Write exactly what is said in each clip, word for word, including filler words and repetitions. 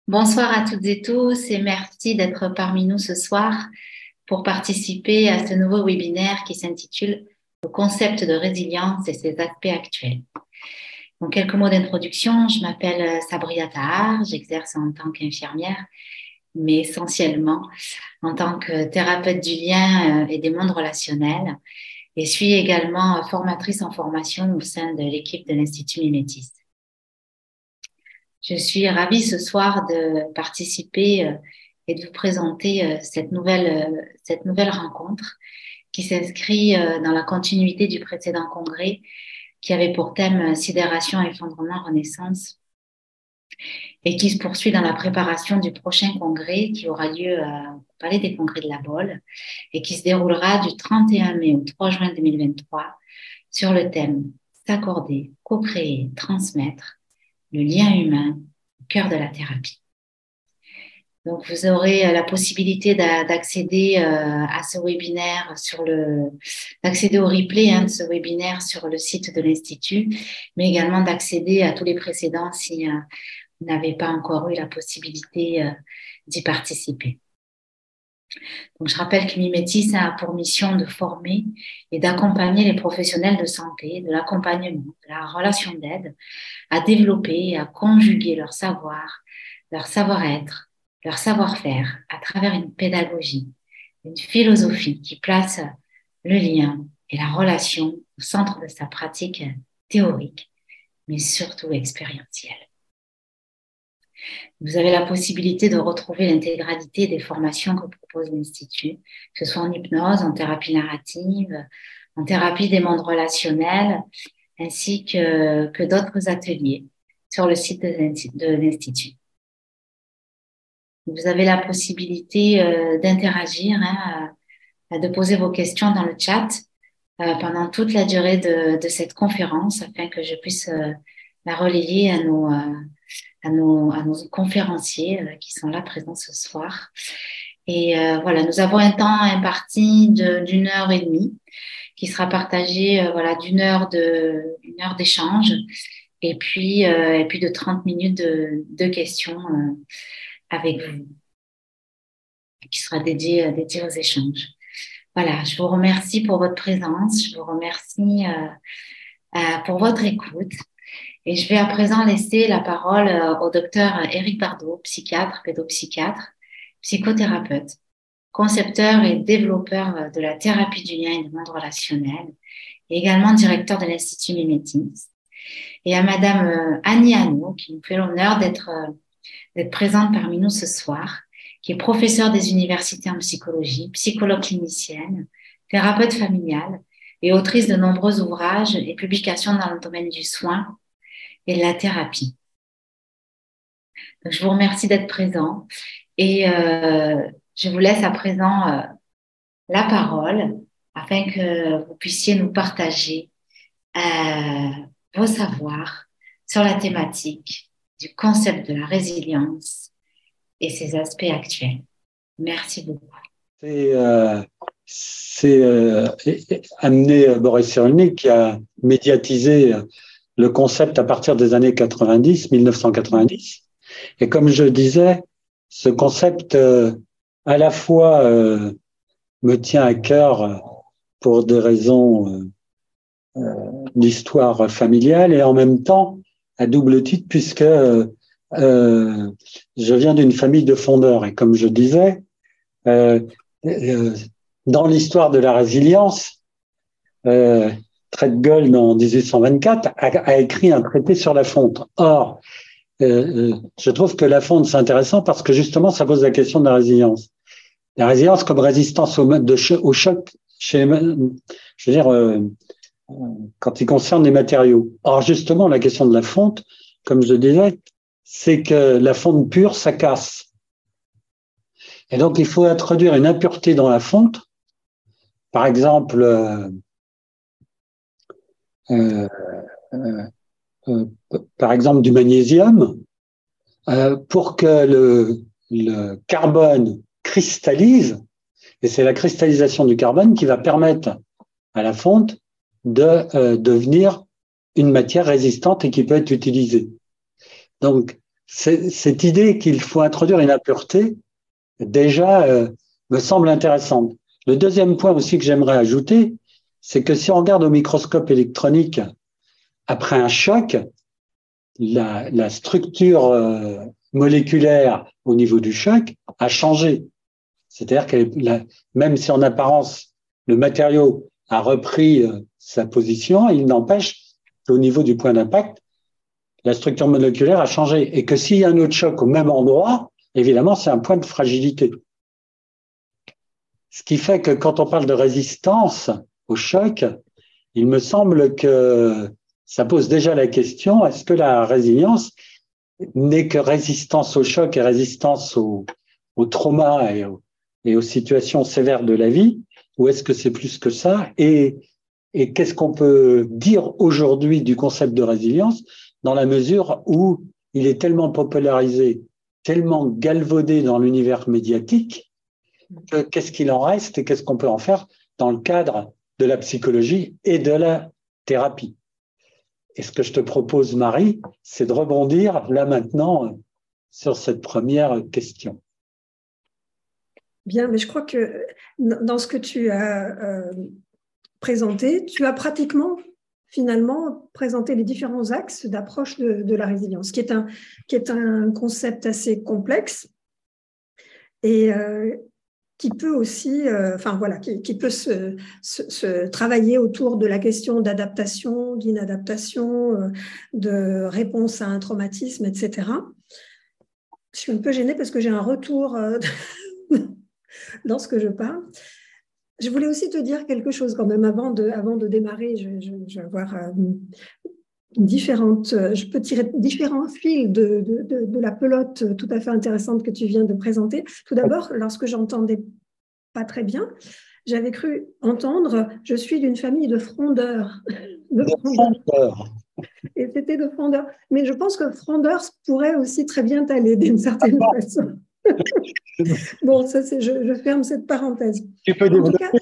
Bonsoir à toutes et tous et merci d'être parmi nous ce soir pour participer à ce nouveau webinaire qui s'intitule Le concept de résilience et ses aspects actuels. Donc, quelques mots d'introduction. Je m'appelle Sabria Tahar, j'exerce en tant qu'infirmière, mais essentiellement en tant que thérapeute du lien et des mondes relationnels et suis également formatrice en formation au sein de l'équipe de l'Institut Mimétis. Je suis ravie ce soir de participer et de vous présenter cette nouvelle, cette nouvelle rencontre qui s'inscrit dans la continuité du précédent congrès qui avait pour thème Sidération, effondrement, renaissance et qui se poursuit dans la préparation du prochain congrès qui aura lieu au Palais des Congrès de la Baule et qui se déroulera du trente et un mai au trois juin deux mille vingt-trois sur le thème S'accorder, co-créer, transmettre, le lien humain au cœur de la thérapie. Donc, vous aurez la possibilité d'accéder à ce webinaire sur le, d'accéder au replay hein, de ce webinaire sur le site de l'Institut, mais également d'accéder à tous les précédents si euh, vous n'avez pas encore eu la possibilité euh, d'y participer. Donc, je rappelle que Mimétis a pour mission de former et d'accompagner les professionnels de santé, de l'accompagnement, de la relation d'aide, à développer et à conjuguer leur savoir, leur savoir-être, leur savoir-faire à travers une pédagogie, une philosophie qui place le lien et la relation au centre de sa pratique théorique, mais surtout expérientielle. Vous avez la possibilité de retrouver l'intégralité des formations que propose l'Institut, que ce soit en hypnose, en thérapie narrative, en thérapie des mondes relationnels, ainsi que, que d'autres ateliers sur le site de l'Institut. Vous avez la possibilité euh, d'interagir, hein, euh, de poser vos questions dans le chat euh, pendant toute la durée de, de cette conférence afin que je puisse euh, la relayer à nos, euh, à nos, à nos conférenciers euh, qui sont là présents ce soir. Et euh, voilà, nous avons un temps imparti de, d'une heure et demie qui sera partagé euh, voilà, d'une heure de, une heure d'échange et puis, euh, et puis de trente minutes de, de questions euh, avec vous, qui sera dédié, dédié aux échanges. Voilà, je vous remercie pour votre présence, je vous remercie euh, euh, pour votre écoute. Et je vais à présent laisser la parole euh, au docteur Éric Bardot, psychiatre, pédopsychiatre, psychothérapeute, concepteur et développeur de la thérapie du lien et du monde relationnel, et également directeur de l'Institut Mimétis. Et à Madame euh, Annie Hanot, qui nous fait l'honneur d'être euh, d'être présente parmi nous ce soir, qui est professeure des universités en psychologie, psychologue clinicienne, thérapeute familiale et autrice de nombreux ouvrages et publications dans le domaine du soin et de la thérapie. Donc, je vous remercie d'être présent et euh, je vous laisse à présent euh, la parole afin que vous puissiez nous partager euh, vos savoirs sur la thématique du concept de la résilience et ses aspects actuels. Merci beaucoup. C'est, euh, c'est euh, amené Boris Cyrulnik qui a médiatisé le concept à partir des années quatre-vingt-dix, mille neuf cent quatre-vingt-dix. Et comme je disais, ce concept euh, à la fois euh, me tient à cœur pour des raisons euh, euh, d'histoire familiale et en même temps à double titre puisque euh, euh, je viens d'une famille de fondeurs et comme je disais, euh, euh, dans l'histoire de la résilience, euh, Treadgold en dix-huit cent vingt-quatre a, a écrit un traité sur la fonte. Or, euh, je trouve que la fonte c'est intéressant parce que justement ça pose la question de la résilience. La résilience comme résistance au, de cho- au choc, chez, je veux dire, euh, quand il concerne les matériaux. Or justement la question de la fonte, comme je disais, c'est que la fonte pure, ça casse. Et donc, il faut introduire une impureté dans la fonte, par exemple, euh, euh, euh, euh, par exemple du magnésium, euh, pour que le, le carbone cristallise, et c'est la cristallisation du carbone qui va permettre à la fonte de euh, devenir une matière résistante et qui peut être utilisée. Donc, cette idée qu'il faut introduire une impureté, déjà, euh, me semble intéressante. Le deuxième point aussi que j'aimerais ajouter, c'est que si on regarde au microscope électronique, après un choc, la, la structure euh, moléculaire au niveau du choc a changé. C'est-à-dire que la, même si en apparence, le matériau a repris euh, sa position, il n'empêche qu'au niveau du point d'impact, la structure moléculaire a changé. Et que s'il y a un autre choc au même endroit, évidemment, c'est un point de fragilité. Ce qui fait que quand on parle de résistance au choc, il me semble que ça pose déjà la question, est-ce que la résilience n'est que résistance au choc et résistance au, au trauma et, au, et aux situations sévères de la vie, ou est-ce que c'est plus que ça? Et, et qu'est-ce qu'on peut dire aujourd'hui du concept de résilience dans la mesure où il est tellement popularisé, tellement galvaudé dans l'univers médiatique, que qu'est-ce qu'il en reste et qu'est-ce qu'on peut en faire dans le cadre de la psychologie et de la thérapie. Et ce que je te propose, Marie, c'est de rebondir là maintenant sur cette première question. Bien, mais je crois que dans ce que tu as euh, présenté, tu as pratiquement, finalement, présenté les différents axes d'approche de, de la résilience, qui est un, qui est un concept assez complexe et euh, qui peut aussi, euh, enfin voilà, qui, qui peut se, se, se travailler autour de la question d'adaptation, d'inadaptation, euh, de réponse à un traumatisme, et cetera. Je suis un peu gênée parce que j'ai un retour euh, dans ce que je parle. Je voulais aussi te dire quelque chose quand même avant de, avant de démarrer. Je, je, je vais avoir euh, différentes, je peux tirer différents fils de, de, de, de la pelote tout à fait intéressante que tu viens de présenter. Tout d'abord, lorsque j'entendais pas très bien, j'avais cru entendre « je suis d'une famille de frondeurs ». De frondeurs. Et c'était de frondeurs. Mais je pense que frondeurs pourrait aussi très bien t'aller d'une certaine façon. Bon, ça c'est, je, je ferme cette parenthèse. Tu peux en tout cas,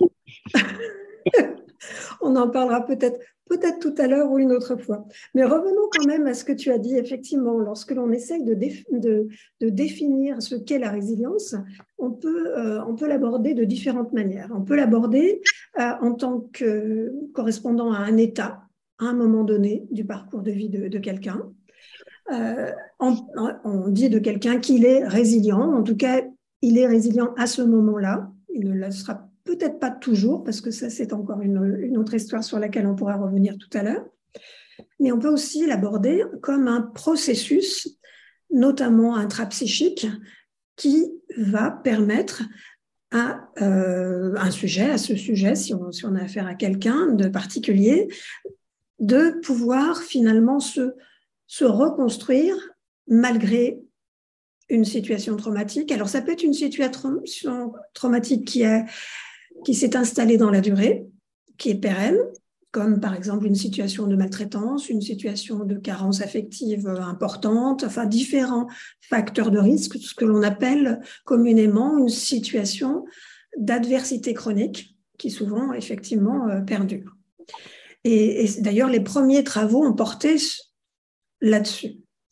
on en parlera peut-être peut-être tout à l'heure ou une autre fois. Mais revenons quand même à ce que tu as dit. Effectivement, lorsque l'on essaye de, déf de, de définir ce qu'est la résilience, on peut, euh, on peut l'aborder de différentes manières. On peut l'aborder euh, en tant que correspondant à un état, à un moment donné du parcours de vie de, de quelqu'un. Euh, on, on dit de quelqu'un qu'il est résilient. En tout cas, il est résilient à ce moment-là. Il ne le sera peut-être pas toujours, parce que ça, c'est encore une, une autre histoire sur laquelle on pourra revenir tout à l'heure. Mais on peut aussi l'aborder comme un processus, notamment intrapsychique, qui va permettre à euh, un sujet, à ce sujet, si on, si on a affaire à quelqu'un de particulier, de pouvoir finalement se, se reconstruire malgré une situation traumatique. Alors, ça peut être une situation traumatique qui est qui s'est installée dans la durée, qui est pérenne, comme par exemple une situation de maltraitance, une situation de carence affective importante, enfin différents facteurs de risque, ce que l'on appelle communément une situation d'adversité chronique qui souvent effectivement perdure. Et, et d'ailleurs, les premiers travaux ont porté là-dessus.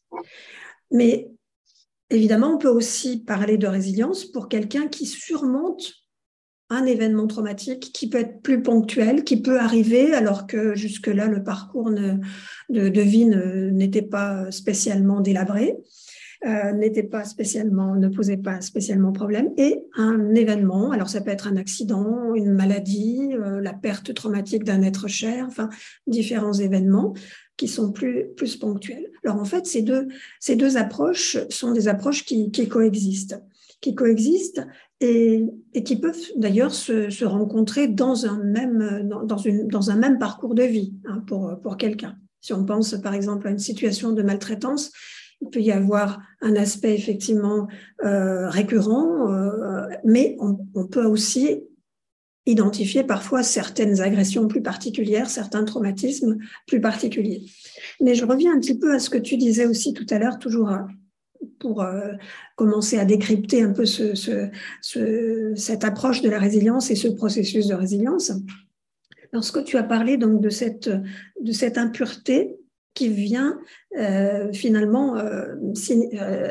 Mais évidemment, on peut aussi parler de résilience pour quelqu'un qui surmonte un événement traumatique qui peut être plus ponctuel, qui peut arriver alors que jusque-là, le parcours ne, de, de vie n'était pas spécialement délabré, euh, n'était pas spécialement, ne posait pas spécialement problème, et un événement, alors ça peut être un accident, une maladie, euh, la perte traumatique d'un être cher, enfin, différents événements qui sont plus, plus ponctuels. Alors en fait, ces deux, ces deux approches sont des approches qui, qui coexistent, qui coexistent et, et qui peuvent d'ailleurs se, se rencontrer dans un même, dans une, dans un même parcours de vie hein, pour, pour quelqu'un. Si on pense par exemple à une situation de maltraitance, il peut y avoir un aspect effectivement euh, récurrent, euh, mais on, on peut aussi identifier parfois certaines agressions plus particulières, certains traumatismes plus particuliers. Mais je reviens un petit peu à ce que tu disais aussi tout à l'heure, toujours à, pour euh, commencer à décrypter un peu ce, ce, ce, cette approche de la résilience et ce processus de résilience. Lorsque tu as parlé donc de cette, de cette impureté qui vient euh, finalement, euh, euh,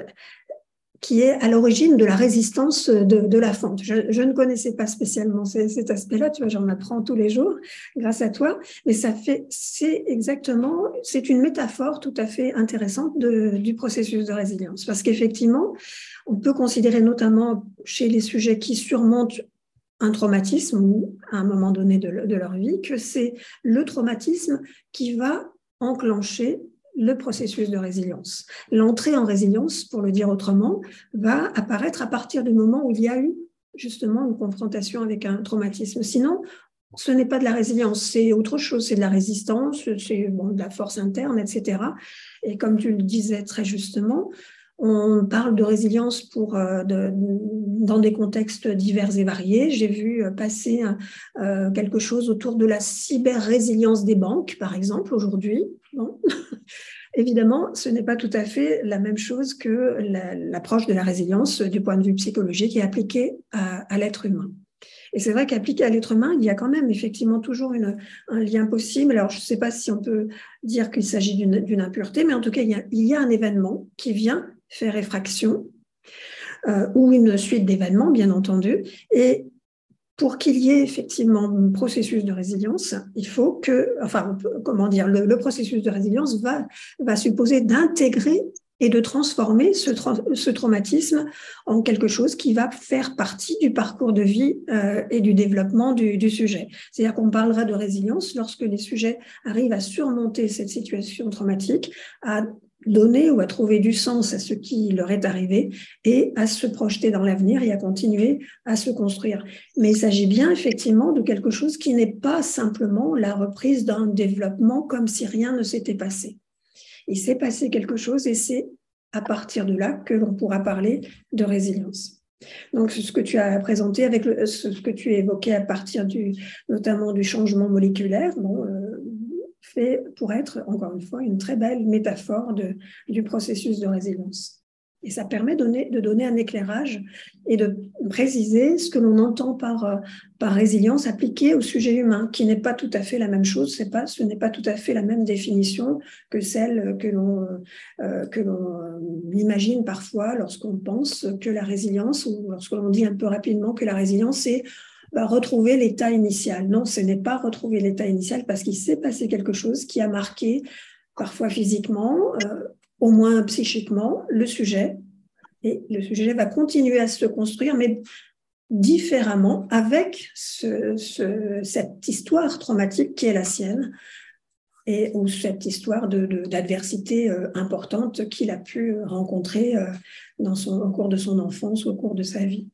qui est à l'origine de la résistance de, de la fente. Je, je ne connaissais pas spécialement ces, cet aspect-là, tu vois, j'en apprends tous les jours grâce à toi, mais ça fait, c'est exactement, c'est une métaphore tout à fait intéressante de, du processus de résilience, parce qu'effectivement, on peut considérer notamment chez les sujets qui surmontent un traumatisme ou à un moment donné de, de leur vie, que c'est le traumatisme qui va enclencher le processus de résilience. L'entrée en résilience, pour le dire autrement, va apparaître à partir du moment où il y a eu justement une confrontation avec un traumatisme. Sinon, ce n'est pas de la résilience, c'est autre chose, c'est de la résistance, c'est bon, de la force interne, et cetera. Et comme tu le disais très justement, on parle de résilience pour, euh, de, dans des contextes divers et variés. J'ai vu passer euh, quelque chose autour de la cyber-résilience des banques, par exemple, aujourd'hui. Bon. Évidemment, ce n'est pas tout à fait la même chose que la, l'approche de la résilience du point de vue psychologique qui est appliquée à, à l'être humain. Et c'est vrai qu'appliqué à l'être humain, il y a quand même effectivement toujours une, un lien possible. Alors, je ne sais pas si on peut dire qu'il s'agit d'une, d'une impureté, mais en tout cas, il y a, il y a un événement qui vient faire effraction, euh, ou une suite d'événements, bien entendu. Et pour qu'il y ait effectivement un processus de résilience, il faut que, enfin, comment dire, le, le processus de résilience va, va supposer d'intégrer et de transformer ce, tra- ce traumatisme en quelque chose qui va faire partie du parcours de vie euh, et du développement du, du sujet. C'est-à-dire qu'on parlera de résilience lorsque les sujets arrivent à surmonter cette situation traumatique, à donner ou à trouver du sens à ce qui leur est arrivé et à se projeter dans l'avenir et à continuer à se construire. Mais il s'agit bien effectivement de quelque chose qui n'est pas simplement la reprise d'un développement comme si rien ne s'était passé. Il s'est passé quelque chose et c'est à partir de là que l'on pourra parler de résilience. Donc, ce que tu as présenté avec le, ce que tu évoquais à partir du, notamment du changement moléculaire, bon, euh, fait pour être, encore une fois, une très belle métaphore de, du processus de résilience. Et ça permet de donner, de donner un éclairage et de préciser ce que l'on entend par, par résilience appliquée au sujet humain, qui n'est pas tout à fait la même chose, c'est pas, ce n'est pas tout à fait la même définition que celle que l'on, euh, que l'on imagine parfois lorsqu'on pense que la résilience, ou lorsque l'on dit un peu rapidement que la résilience, c'est bah, retrouver l'état initial. Non, ce n'est pas retrouver l'état initial parce qu'il s'est passé quelque chose qui a marqué, parfois physiquement, euh, au moins psychiquement, le sujet. Et le sujet va continuer à se construire, mais différemment, avec ce, ce, cette histoire traumatique qui est la sienne, et, ou cette histoire de, de, d'adversité euh, importante qu'il a pu rencontrer euh, dans son, au cours de son enfance ou au cours de sa vie.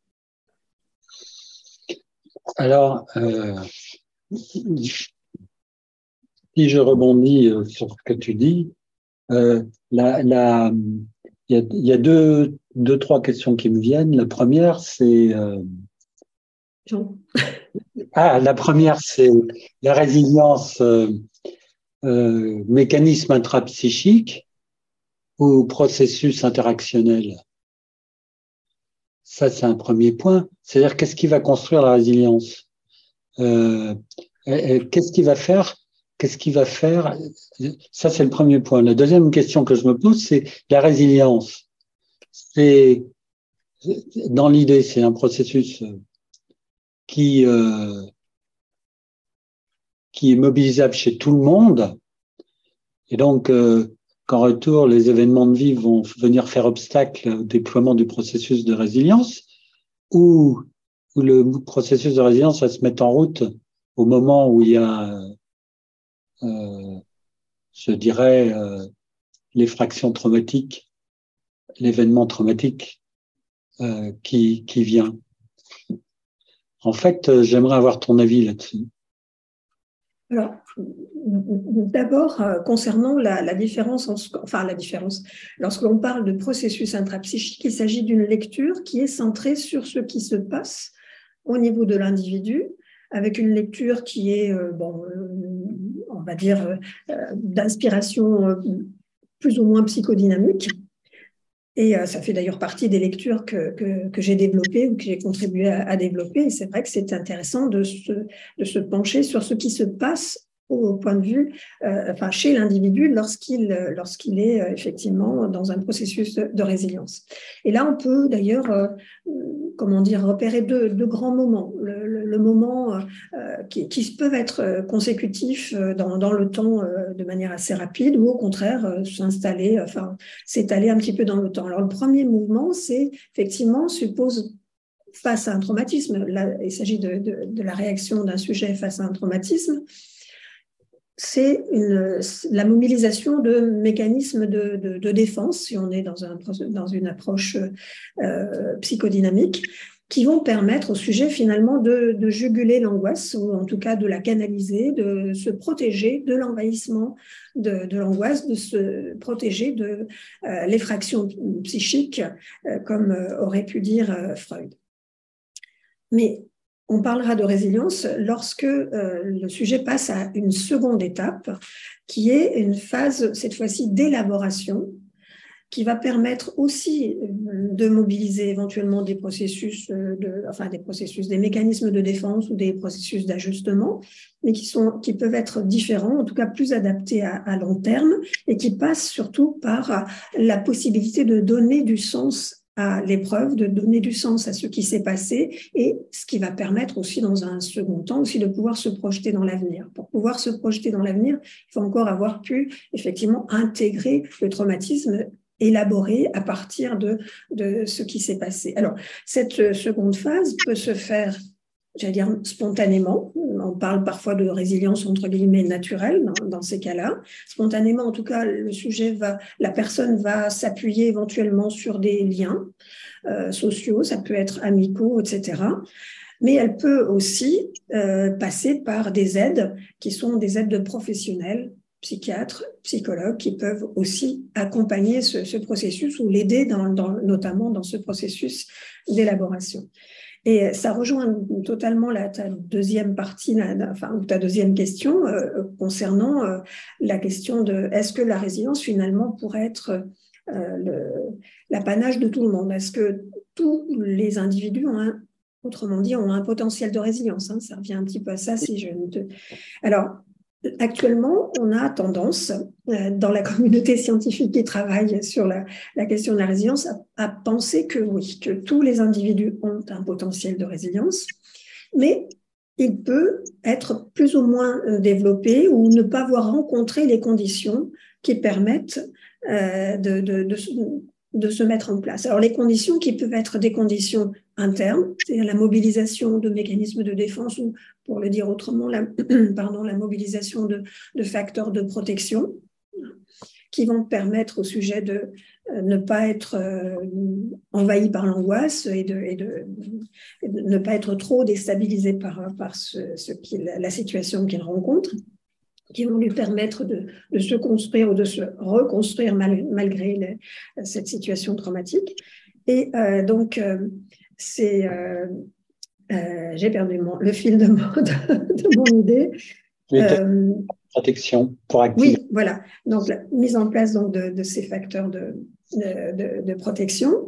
Alors, euh, si je rebondis sur ce que tu dis, euh, la, la, il y a, il y a deux, deux, trois questions qui me viennent. La première, c'est euh, ah, la première, c'est la résilience, euh, euh, mécanisme intrapsychique ou processus interactionnel. Ça, c'est un premier point. C'est-à-dire, qu'est-ce qui va construire la résilience? euh, et, et, Qu'est-ce qui va faire Qu'est-ce qui va faire Ça, c'est le premier point. La deuxième question que je me pose, c'est la résilience. C'est, dans l'idée, c'est un processus qui, euh, qui est mobilisable chez tout le monde. Et donc, euh, qu'en retour, les événements de vie vont venir faire obstacle au déploiement du processus de résilience, ou, ou le processus de résilience va se mettre en route au moment où il y a, euh, je dirais, euh, l'effraction traumatique, l'événement traumatique euh, qui, qui vient. En fait, euh, j'aimerais avoir ton avis là-dessus. Alors, d'abord, euh, concernant la, la différence, en, enfin la différence, lorsque l'on parle de processus intrapsychique, il s'agit d'une lecture qui est centrée sur ce qui se passe au niveau de l'individu, avec une lecture qui est, euh, bon, euh, on va dire, euh, d'inspiration euh, plus ou moins psychodynamique. Et euh, ça fait d'ailleurs partie des lectures que, que, que j'ai développées ou que j'ai contribué à, à développer. Et c'est vrai que c'est intéressant de se, de se pencher sur ce qui se passe au point de vue, euh, enfin chez l'individu lorsqu'il lorsqu'il est euh, effectivement dans un processus de, de résilience. Et là, on peut d'ailleurs, euh, comment dire, repérer deux, deux grands moments. Le, le, le moment euh, qui, qui peuvent être consécutifs dans, dans le temps euh, de manière assez rapide, ou au contraire euh, s'installer, enfin s'étaler un petit peu dans le temps. Alors le premier mouvement, c'est effectivement suppose face à un traumatisme. Là, il s'agit de, de, de la réaction d'un sujet face à un traumatisme. C'est une, la mobilisation de mécanismes de, de, de défense, si on est dans, un, dans une approche euh, psychodynamique, qui vont permettre au sujet finalement de, de juguler l'angoisse, ou en tout cas de la canaliser, de se protéger de l'envahissement de, de l'angoisse, de se protéger de euh, l'effraction psychique, euh, comme euh, aurait pu dire euh, Freud. Mais on parlera de résilience lorsque euh, le sujet passe à une seconde étape, qui est une phase, cette fois-ci, d'élaboration, qui va permettre aussi de mobiliser éventuellement des processus, de, enfin des processus, des mécanismes de défense ou des processus d'ajustement, mais qui, sont, qui peuvent être différents, en tout cas plus adaptés à, à long terme, et qui passent surtout par la possibilité de donner du sens à l'épreuve, de donner du sens à ce qui s'est passé, et ce qui va permettre aussi dans un second temps aussi de pouvoir se projeter dans l'avenir. Pour pouvoir se projeter dans l'avenir, il faut encore avoir pu effectivement intégrer le traumatisme élaboré à partir de, de ce qui s'est passé. Alors, cette seconde phase peut se faire, j'allais dire, spontanément. On parle parfois de résilience entre guillemets naturelle dans, dans ces cas-là. Spontanément, en tout cas, le sujet va, la personne va s'appuyer éventuellement sur des liens euh, sociaux, ça peut être amicaux, et cetera. Mais elle peut aussi euh, passer par des aides qui sont des aides de professionnels, psychiatres, psychologues, qui peuvent aussi accompagner ce, ce processus ou l'aider dans, dans, notamment dans ce processus d'élaboration. Et ça rejoint totalement la, ta deuxième partie, la, enfin, ta deuxième question euh, concernant euh, la question de est-ce que la résilience finalement pourrait être euh, le, l'apanage de tout le monde? Est-ce que tous les individus ont un, autrement dit, ont un potentiel de résilience, hein? Ça revient un petit peu à ça si je ne te... Alors, actuellement, on a tendance, euh, dans la communauté scientifique qui travaille sur la, la question de la résilience, à, à penser que oui, que tous les individus ont un potentiel de résilience, mais il peut être plus ou moins euh, développé ou ne pas avoir rencontré les conditions qui permettent euh, de, de, de, de se mettre en place. Alors, les conditions qui peuvent être des conditions internes, c'est-à-dire la mobilisation de mécanismes de défense ou, pour le dire autrement, la, pardon, la mobilisation de, de facteurs de protection qui vont permettre au sujet de euh, ne pas être euh, envahi par l'angoisse et de, et, de, et de ne pas être trop déstabilisé par, par ce, ce qu'il, la situation qu'il rencontre, qui vont lui permettre de, de se construire ou de se reconstruire mal, malgré les, cette situation traumatique. Et euh, donc, euh, c'est... Euh, Euh, j'ai perdu mon, le fil de mon, de, de mon idée. Euh, protection pour activer. Oui, voilà. Donc, la mise en place donc, de, de ces facteurs de, de, de, de protection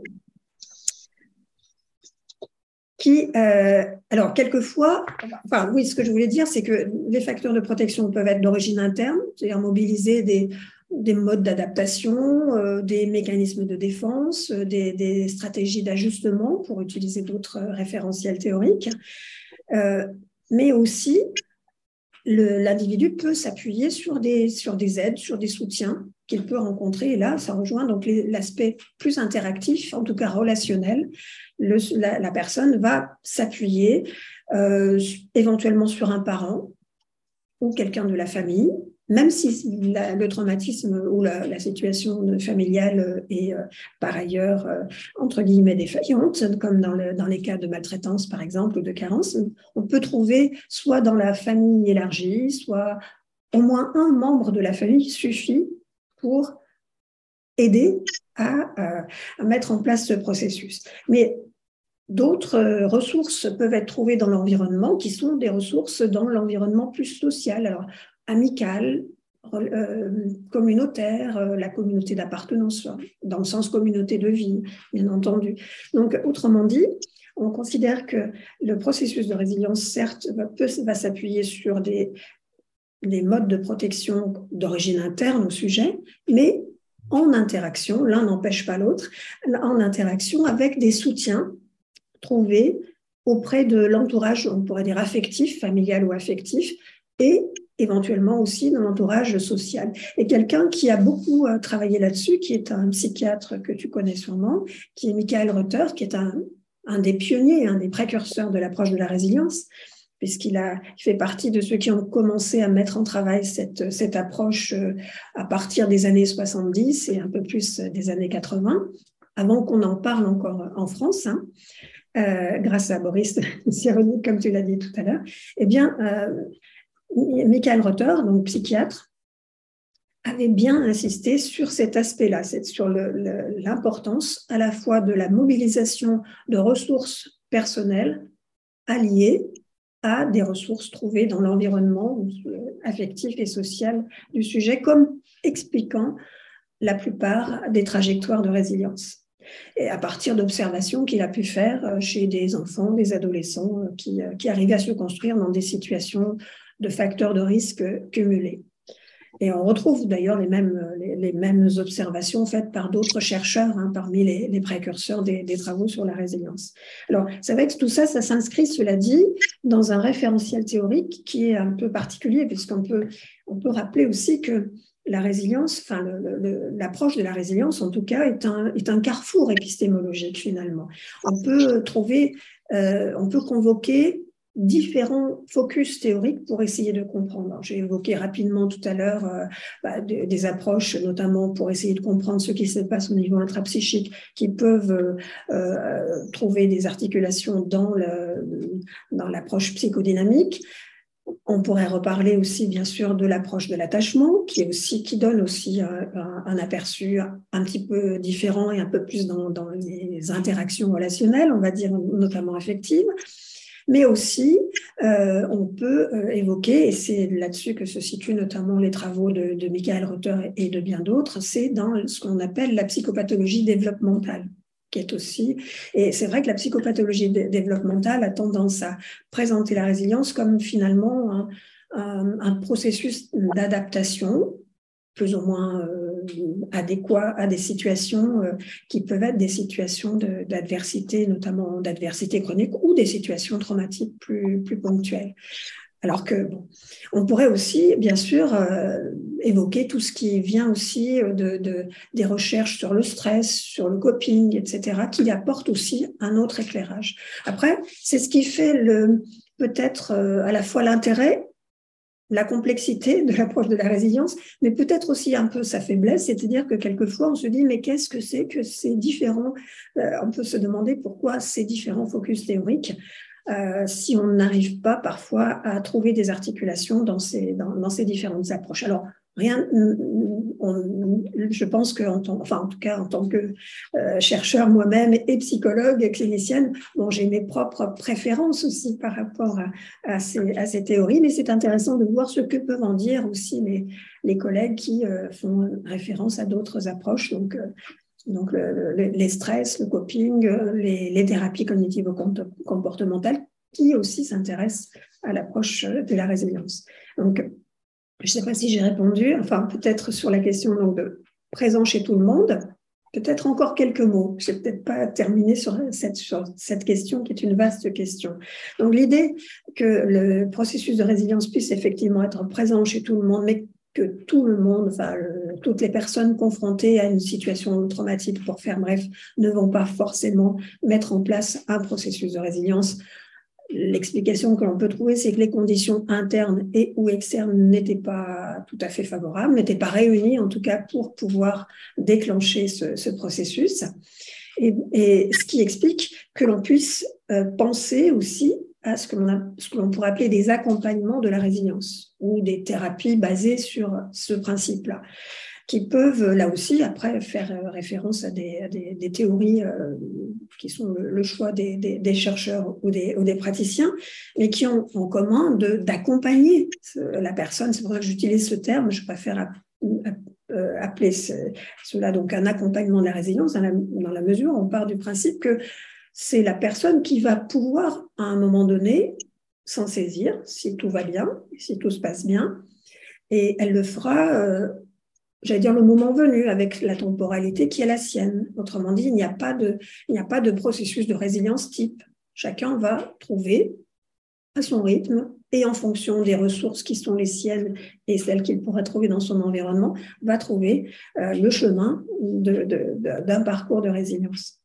qui, euh, alors, quelquefois, enfin, oui, ce que je voulais dire, c'est que les facteurs de protection peuvent être d'origine interne, c'est-à-dire mobiliser des, des modes d'adaptation, euh, des mécanismes de défense, euh, des, des stratégies d'ajustement, pour utiliser d'autres référentiels théoriques, euh, mais aussi le, l'individu peut s'appuyer sur des, sur des aides, sur des soutiens qu'il peut rencontrer, et là, ça rejoint donc les, l'aspect plus interactif, en tout cas relationnel. Le, la, la personne va s'appuyer euh, éventuellement sur un parent ou quelqu'un de la famille, même si la, le traumatisme ou la, la situation familiale est euh, par ailleurs, euh, entre guillemets, défaillante, comme dans, le, dans les cas de maltraitance, par exemple, ou de carence, on peut trouver soit dans la famille élargie, soit au moins un membre de la famille suffit pour aider à, à, à mettre en place ce processus. Mais d'autres ressources peuvent être trouvées dans l'environnement, qui sont des ressources dans l'environnement plus social, alors amical, euh, communautaire, euh, la communauté d'appartenance, dans le sens communauté de vie, bien entendu. Donc, autrement dit, on considère que le processus de résilience, certes, va, peut, va s'appuyer sur des des modes de protection d'origine interne au sujet, mais en interaction, l'un n'empêche pas l'autre, en interaction avec des soutiens trouvés auprès de l'entourage, on pourrait dire affectif, familial ou affectif, et éventuellement aussi dans l'entourage social. Et quelqu'un qui a beaucoup travaillé là-dessus, qui est un psychiatre que tu connais sûrement, qui est Michael Reuter, qui est un, un des pionniers, un des précurseurs de l'approche de la résilience, puisqu'il a, il fait partie de ceux qui ont commencé à mettre en travail cette, cette approche à partir des années soixante-dix et un peu plus des années quatre-vingts, avant qu'on en parle encore en France, hein, euh, grâce à Boris Cyrulnik, comme tu l'as dit tout à l'heure. Eh bien, euh, Michael Reuter, donc psychiatre, avait bien insisté sur cet aspect-là, sur le, le, l'importance à la fois de la mobilisation de ressources personnelles alliées à des ressources trouvées dans l'environnement affectif et social du sujet, comme expliquant la plupart des trajectoires de résilience. Et à partir d'observations qu'il a pu faire chez des enfants, des adolescents qui, qui arrivaient à se construire dans des situations de facteurs de risque cumulés. Et on retrouve d'ailleurs les mêmes, les, les mêmes observations faites par d'autres chercheurs, hein, parmi les, les précurseurs des, des travaux sur la résilience. Alors, c'est vrai que tout ça, ça s'inscrit, cela dit, dans un référentiel théorique qui est un peu particulier, puisqu'on peut, on peut rappeler aussi que la résilience, enfin le, le, l'approche de la résilience, en tout cas, est un, est un carrefour épistémologique finalement. On peut trouver, euh, on peut convoquer différents focus théoriques pour essayer de comprendre. J'ai évoqué rapidement tout à l'heure euh, bah, des, des approches, notamment pour essayer de comprendre ce qui se passe au niveau intrapsychique, qui peuvent euh, trouver des articulations dans, le, dans l'approche psychodynamique. On pourrait reparler aussi, bien sûr, de l'approche de l'attachement, qui, est aussi, qui donne aussi un, un aperçu un petit peu différent et un peu plus dans, dans les interactions relationnelles, on va dire notamment affectives. Mais aussi, euh, on peut euh, évoquer, et c'est là-dessus que se situent notamment les travaux de, de Michael Reuter et de bien d'autres, c'est dans ce qu'on appelle la psychopathologie développementale, qui est aussi, et c'est vrai que la psychopathologie dé- développementale a tendance à présenter la résilience comme finalement un, un, un processus d'adaptation, plus ou moins euh, adéquat à des situations euh, qui peuvent être des situations de, d'adversité, notamment d'adversité chronique ou des situations traumatiques plus, plus ponctuelles. Alors que, bon, on pourrait aussi, bien sûr, euh, évoquer tout ce qui vient aussi de, de, des recherches sur le stress, sur le coping, et cetera, qui apporte aussi un autre éclairage. Après, c'est ce qui fait le, peut-être euh, à la fois l'intérêt, la complexité de l'approche de la résilience, mais peut-être aussi un peu sa faiblesse, c'est-à-dire que quelquefois on se dit mais qu'est-ce que c'est que ces différents, euh, on peut se demander pourquoi ces différents focus théoriques, euh, si on n'arrive pas parfois à trouver des articulations dans ces, dans, dans ces différentes approches. Alors, rien, on, je pense que, en, tant, enfin, en tout cas, en tant que euh, chercheur moi-même et psychologue, clinicienne, bon, j'ai mes propres préférences aussi par rapport à, à, ces, à ces théories, mais c'est intéressant de voir ce que peuvent en dire aussi les, les collègues qui euh, font référence à d'autres approches. Donc, euh, donc le, le, les stress, le coping, les, les thérapies cognitivo-comportementales qui aussi s'intéressent à l'approche de la résilience. Donc, je ne sais pas si j'ai répondu, enfin peut-être sur la question donc, de présent chez tout le monde, peut-être encore quelques mots. Je n'ai peut-être pas terminé sur cette, sur cette question qui est une vaste question. Donc l'idée que le processus de résilience puisse effectivement être présent chez tout le monde, mais que tout le monde, enfin, le, toutes les personnes confrontées à une situation traumatique, pour faire bref, ne vont pas forcément mettre en place un processus de résilience. L'explication que l'on peut trouver, c'est que les conditions internes et ou externes n'étaient pas tout à fait favorables, n'étaient pas réunies en tout cas pour pouvoir déclencher ce, ce processus. Et, et ce qui explique que l'on puisse euh, penser aussi à ce que l'on a, ce que l'on pourrait appeler des accompagnements de la résilience ou des thérapies basées sur ce principe-là, qui peuvent là aussi après faire référence à des, à des, des théories euh, qui sont le, le choix des, des, des chercheurs ou des, ou des praticiens, mais qui ont en commun de, d'accompagner la personne. C'est pour ça que j'utilise ce terme, je préfère appeler cela donc un accompagnement de la résilience, dans la, dans la mesure où on part du principe que c'est la personne qui va pouvoir, à un moment donné, s'en saisir, si tout va bien, si tout se passe bien, Et elle le fera, euh, j'allais dire le moment venu, avec la temporalité qui est la sienne. Autrement dit, il n'y a pas de, il n'y a pas de processus de résilience type. Chacun va trouver à son rythme et en fonction des ressources qui sont les siennes et celles qu'il pourra trouver dans son environnement, va trouver euh, le chemin de, de, de, d'un parcours de résilience.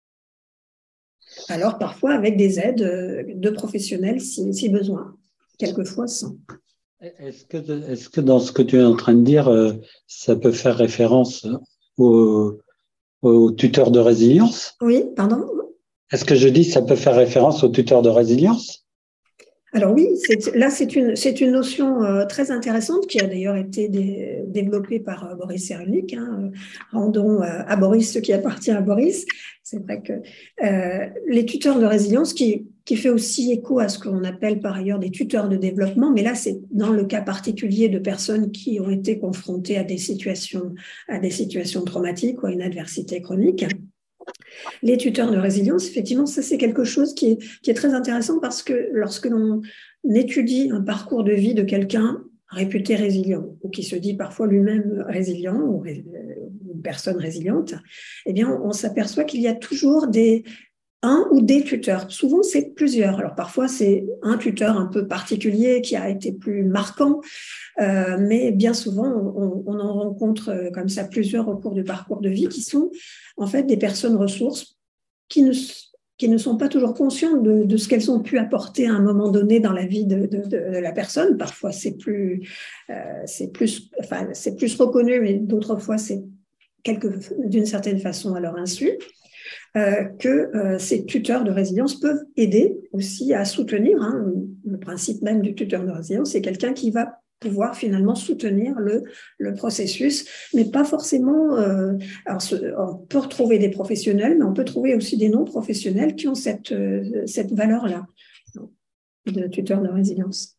Alors parfois avec des aides de professionnels si, si besoin, quelquefois sans. Est-ce que, est-ce que dans ce que tu es en train de dire, euh, ça peut faire référence au, au tuteur de résilience? Oui, pardon? Est-ce que je dis ça peut faire référence au tuteur de résilience? Alors oui, c'est, là c'est une, c'est une notion euh, très intéressante qui a d'ailleurs été dé, développée par euh, Boris Cyrulnik. Hein. Rendons euh, à Boris ce qui appartient à Boris. C'est vrai que euh, les tuteurs de résilience, qui, qui fait aussi écho à ce qu'on appelle par ailleurs des tuteurs de développement, mais là c'est dans le cas particulier de personnes qui ont été confrontées à des situations, à des situations traumatiques ou à une adversité chronique. Les tuteurs de résilience, effectivement, ça c'est quelque chose qui est, qui est très intéressant parce que lorsque l'on étudie un parcours de vie de quelqu'un réputé résilient ou qui se dit parfois lui-même résilient ou ré, une personne résiliente, eh bien on, on s'aperçoit qu'il y a toujours des un ou des tuteurs. Souvent, c'est plusieurs. Alors, parfois, c'est un tuteur un peu particulier qui a été plus marquant, euh, mais bien souvent, on, on en rencontre comme ça plusieurs au cours du parcours de vie qui sont en fait des personnes ressources qui ne, qui ne sont pas toujours conscientes de, de ce qu'elles ont pu apporter à un moment donné dans la vie de, de, de la personne. Parfois, c'est plus, euh, c'est plus, enfin, c'est plus reconnu, mais d'autres fois, c'est quelque, d'une certaine façon à leur insu. Euh, que euh, ces tuteurs de résilience peuvent aider aussi à soutenir. Hein, le principe même du tuteur de résilience, c'est quelqu'un qui va pouvoir finalement soutenir le, le processus, mais pas forcément... Euh, alors, on peut retrouver des professionnels, mais on peut trouver aussi des non-professionnels qui ont cette, euh, cette valeur-là de tuteur de résilience.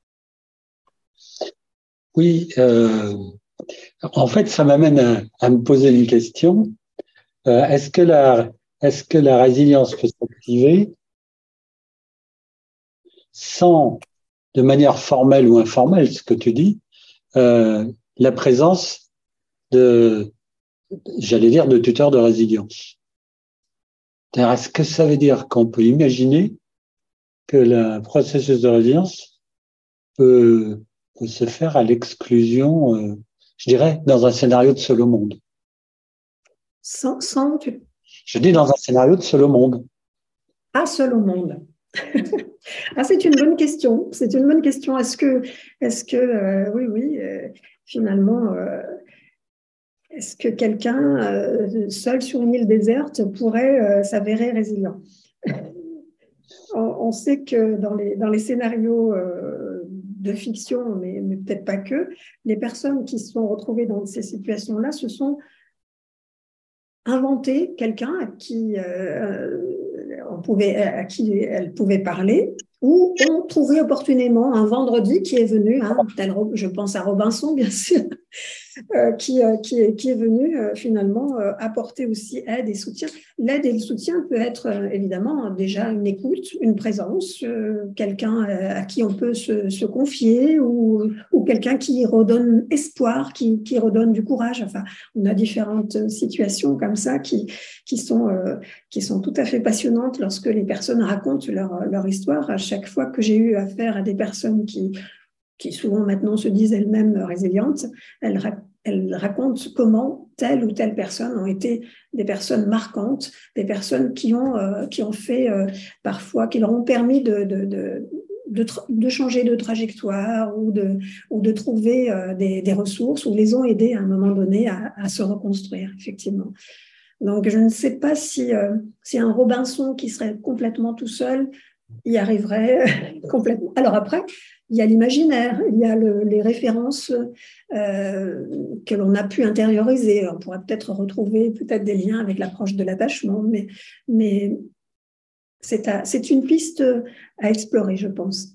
Oui, euh, en fait, ça m'amène à, à me poser une question. Euh, est-ce que la... Est-ce que la résilience peut s'activer sans, de manière formelle ou informelle, ce que tu dis, euh, la présence de, j'allais dire, de tuteurs de résilience? Est-ce que ça veut dire qu'on peut imaginer que le processus de résilience peut, peut se faire à l'exclusion, euh, je dirais, dans un scénario de seul au monde? Sans, sans tu... Je dis dans un scénario de seul au monde. Ah, seul au monde. Ah, c'est une bonne question. C'est une bonne question. Est-ce que, est-ce que, euh, oui, oui, euh, finalement, euh, est-ce que quelqu'un euh, seul sur une île déserte pourrait euh, s'avérer résilient? on, on sait que dans les, dans les scénarios euh, de fiction, mais, mais peut-être pas que, les personnes qui se sont retrouvées dans ces situations-là se sont inventées quelqu'un à qui euh, on pouvait, à qui elles pouvaient parler, ou ont trouvé opportunément un vendredi qui est venu, hein, tel, je pense à Robinson bien sûr, euh, qui, euh, qui, est, qui est venu euh, finalement euh, apporter aussi aide et soutien. L'aide et le soutien peut être euh, évidemment déjà une écoute, une présence, euh, quelqu'un euh, à qui on peut se, se confier ou, ou quelqu'un qui redonne espoir, qui, qui redonne du courage. Enfin, on a différentes situations comme ça qui, qui, sont, euh, qui sont tout à fait passionnantes lorsque les personnes racontent leur, leur histoire. À chaque fois que j'ai eu affaire à des personnes qui qui souvent maintenant se disent elles-mêmes résilientes, elles, ra elles racontent comment telle ou telle personne ont été des personnes marquantes, des personnes qui ont, euh, qui ont fait euh, parfois, qui leur ont permis de, de, de, de, de changer de trajectoire ou de, ou de trouver euh, des, des ressources ou les ont aidés à un moment donné à, à se reconstruire, effectivement. Donc, je ne sais pas si, euh, si un Robinson qui serait complètement tout seul y arriverait complètement. Alors après, il y a l'imaginaire, il y a le, les références euh, que l'on a pu intérioriser. On pourrait peut-être retrouver peut-être des liens avec l'approche de l'attachement, mais, mais c'est une piste à explorer, je pense.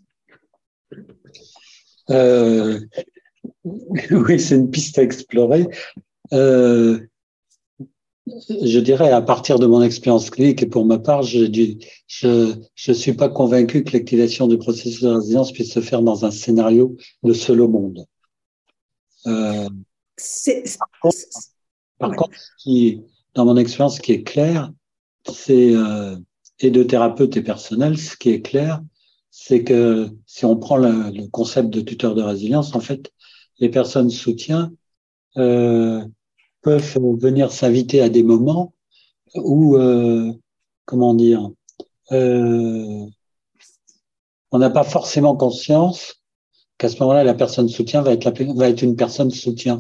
Euh, oui, c'est une piste à explorer. Euh, je dirais, à partir de mon expérience clinique, et pour ma part, je je je suis pas convaincu que l'activation du processus de résilience puisse se faire dans un scénario de seul au monde. Euh, c'est, par contre, par ouais. contre, ce qui, dans mon expérience, ce qui est clair, c'est, euh, et de thérapeute et personnel, ce qui est clair, c'est que si on prend le, le concept de tuteur de résilience, en fait, les personnes soutien euh, peuvent venir s'inviter à des moments où, euh, comment dire, euh, on n'a pas forcément conscience qu'à ce moment-là, la personne soutien va être, la, va être une personne soutien.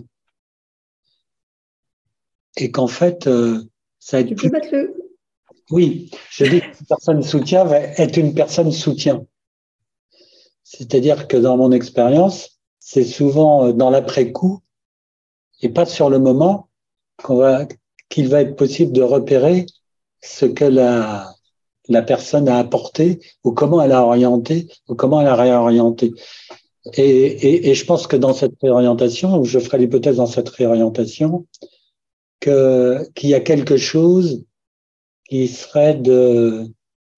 Et qu'en fait, euh, ça va être Tu plus... peux mettre le... Oui, je dis qu'une personne soutien va être une personne soutien. C'est-à-dire que dans mon expérience, c'est souvent dans l'après-coup et pas sur le moment qu'on va, qu'il va être possible de repérer ce que la, la personne a apporté ou comment elle a orienté ou comment elle a réorienté. Et, et, et je pense que dans cette réorientation, ou je ferai l'hypothèse dans cette réorientation, que, qu'il y a quelque chose qui serait de,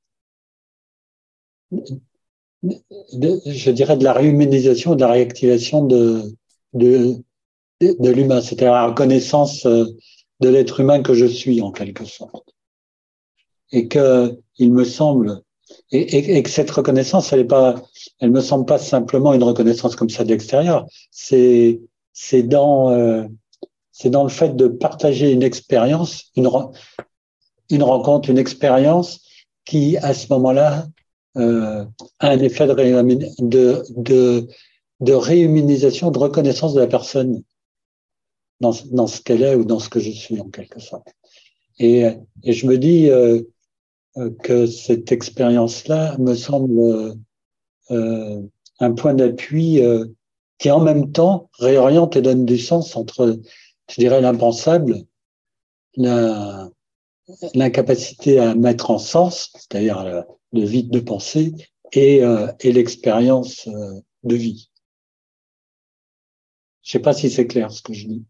de je dirais, de la réhumanisation, de la réactivation de, de, de l'humain, c'est-à-dire la reconnaissance de l'être humain que je suis, en quelque sorte. Et que, il me semble, et, et, et que cette reconnaissance, elle est pas, elle me semble pas simplement une reconnaissance comme ça de l'extérieur. C'est, c'est dans, euh, c'est dans le fait de partager une expérience, une, une rencontre, une expérience qui, à ce moment-là, euh, a un effet de, de, de, de réhumanisation, de reconnaissance de la personne dans, dans ce qu'elle est ou dans ce que je suis, en quelque sorte. Et, et je me dis euh, que cette expérience-là me semble euh, un point d'appui euh, qui, en même temps, réoriente et donne du sens entre, je dirais, l'impensable, la, l'incapacité à mettre en sens, c'est-à-dire le, le vide de pensée, et, euh, et l'expérience euh, de vie. Je ne sais pas si c'est clair ce que je dis.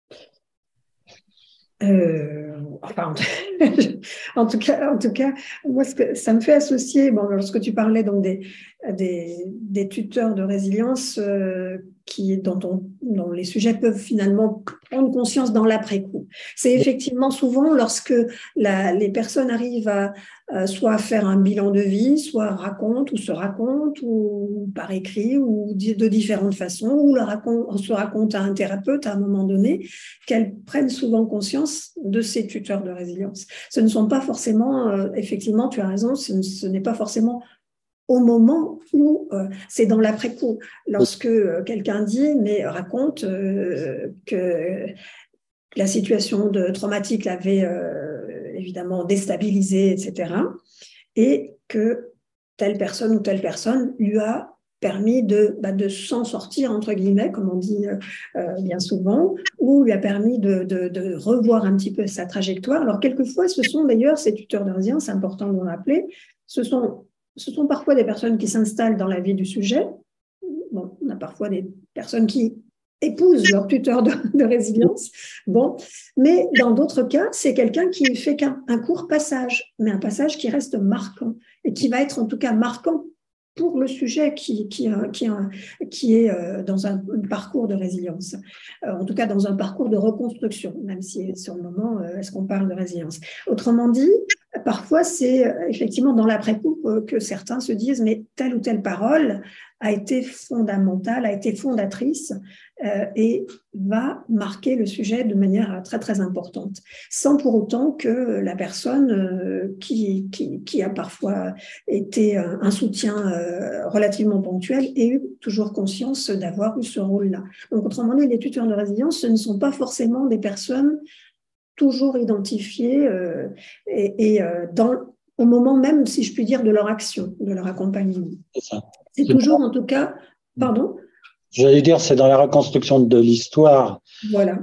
Euh, enfin, en tout cas, en tout cas, moi, ce que ça me fait associer, bon, lorsque tu parlais donc des, des, des tuteurs de résilience euh, qui, dont, on, dont les sujets peuvent finalement prendre conscience dans l'après-coup. C'est effectivement souvent lorsque la, les personnes arrivent à, à soit faire un bilan de vie, soit racontent ou se racontent, ou par écrit, ou de différentes façons, ou le raconte, se racontent à un thérapeute à un moment donné, qu'elles prennent souvent conscience de ces tuteurs de résilience. Ce ne sont pas forcément, euh, effectivement, tu as raison, ce, ce n'est pas forcément au moment où euh, c'est dans l'après-coup. Lorsque euh, quelqu'un dit, mais raconte euh, que la situation de traumatique l'avait euh, évidemment déstabilisé, et cetera, et que telle personne ou telle personne lui a permis de, bah, de s'en sortir, entre guillemets, comme on dit euh, bien souvent, ou lui a permis de, de, de revoir un petit peu sa trajectoire. Alors, quelquefois, ce sont d'ailleurs ces tuteurs de résilience, c'est important de le rappeler, ce sont, ce sont parfois des personnes qui s'installent dans la vie du sujet. Bon, on a parfois des personnes qui épousent leur tuteur de, de résilience. Bon, mais dans d'autres cas, c'est quelqu'un qui fait qu'un un court passage, mais un passage qui reste marquant et qui va être en tout cas marquant pour le sujet qui, qui, qui, qui est dans un parcours de résilience, en tout cas dans un parcours de reconstruction, même si sur le moment, est-ce qu'on parle de résilience? Autrement dit, parfois c'est effectivement dans l'après-coup que certains se disent mais telle ou telle parole a été fondamentale, a été fondatrice euh, et va marquer le sujet de manière très très importante, sans pour autant que la personne euh, qui, qui, qui a parfois été un, un soutien euh, relativement ponctuel ait eu toujours conscience d'avoir eu ce rôle-là. Donc autrement dit, les tuteurs de résilience, ce ne sont pas forcément des personnes toujours identifiées euh, et, et euh, dans au moment même, si je puis dire, de leur action, de leur accompagnement. C'est ça. C'est toujours, en tout cas, pardon? J'allais dire, c'est dans la reconstruction de l'histoire. Voilà.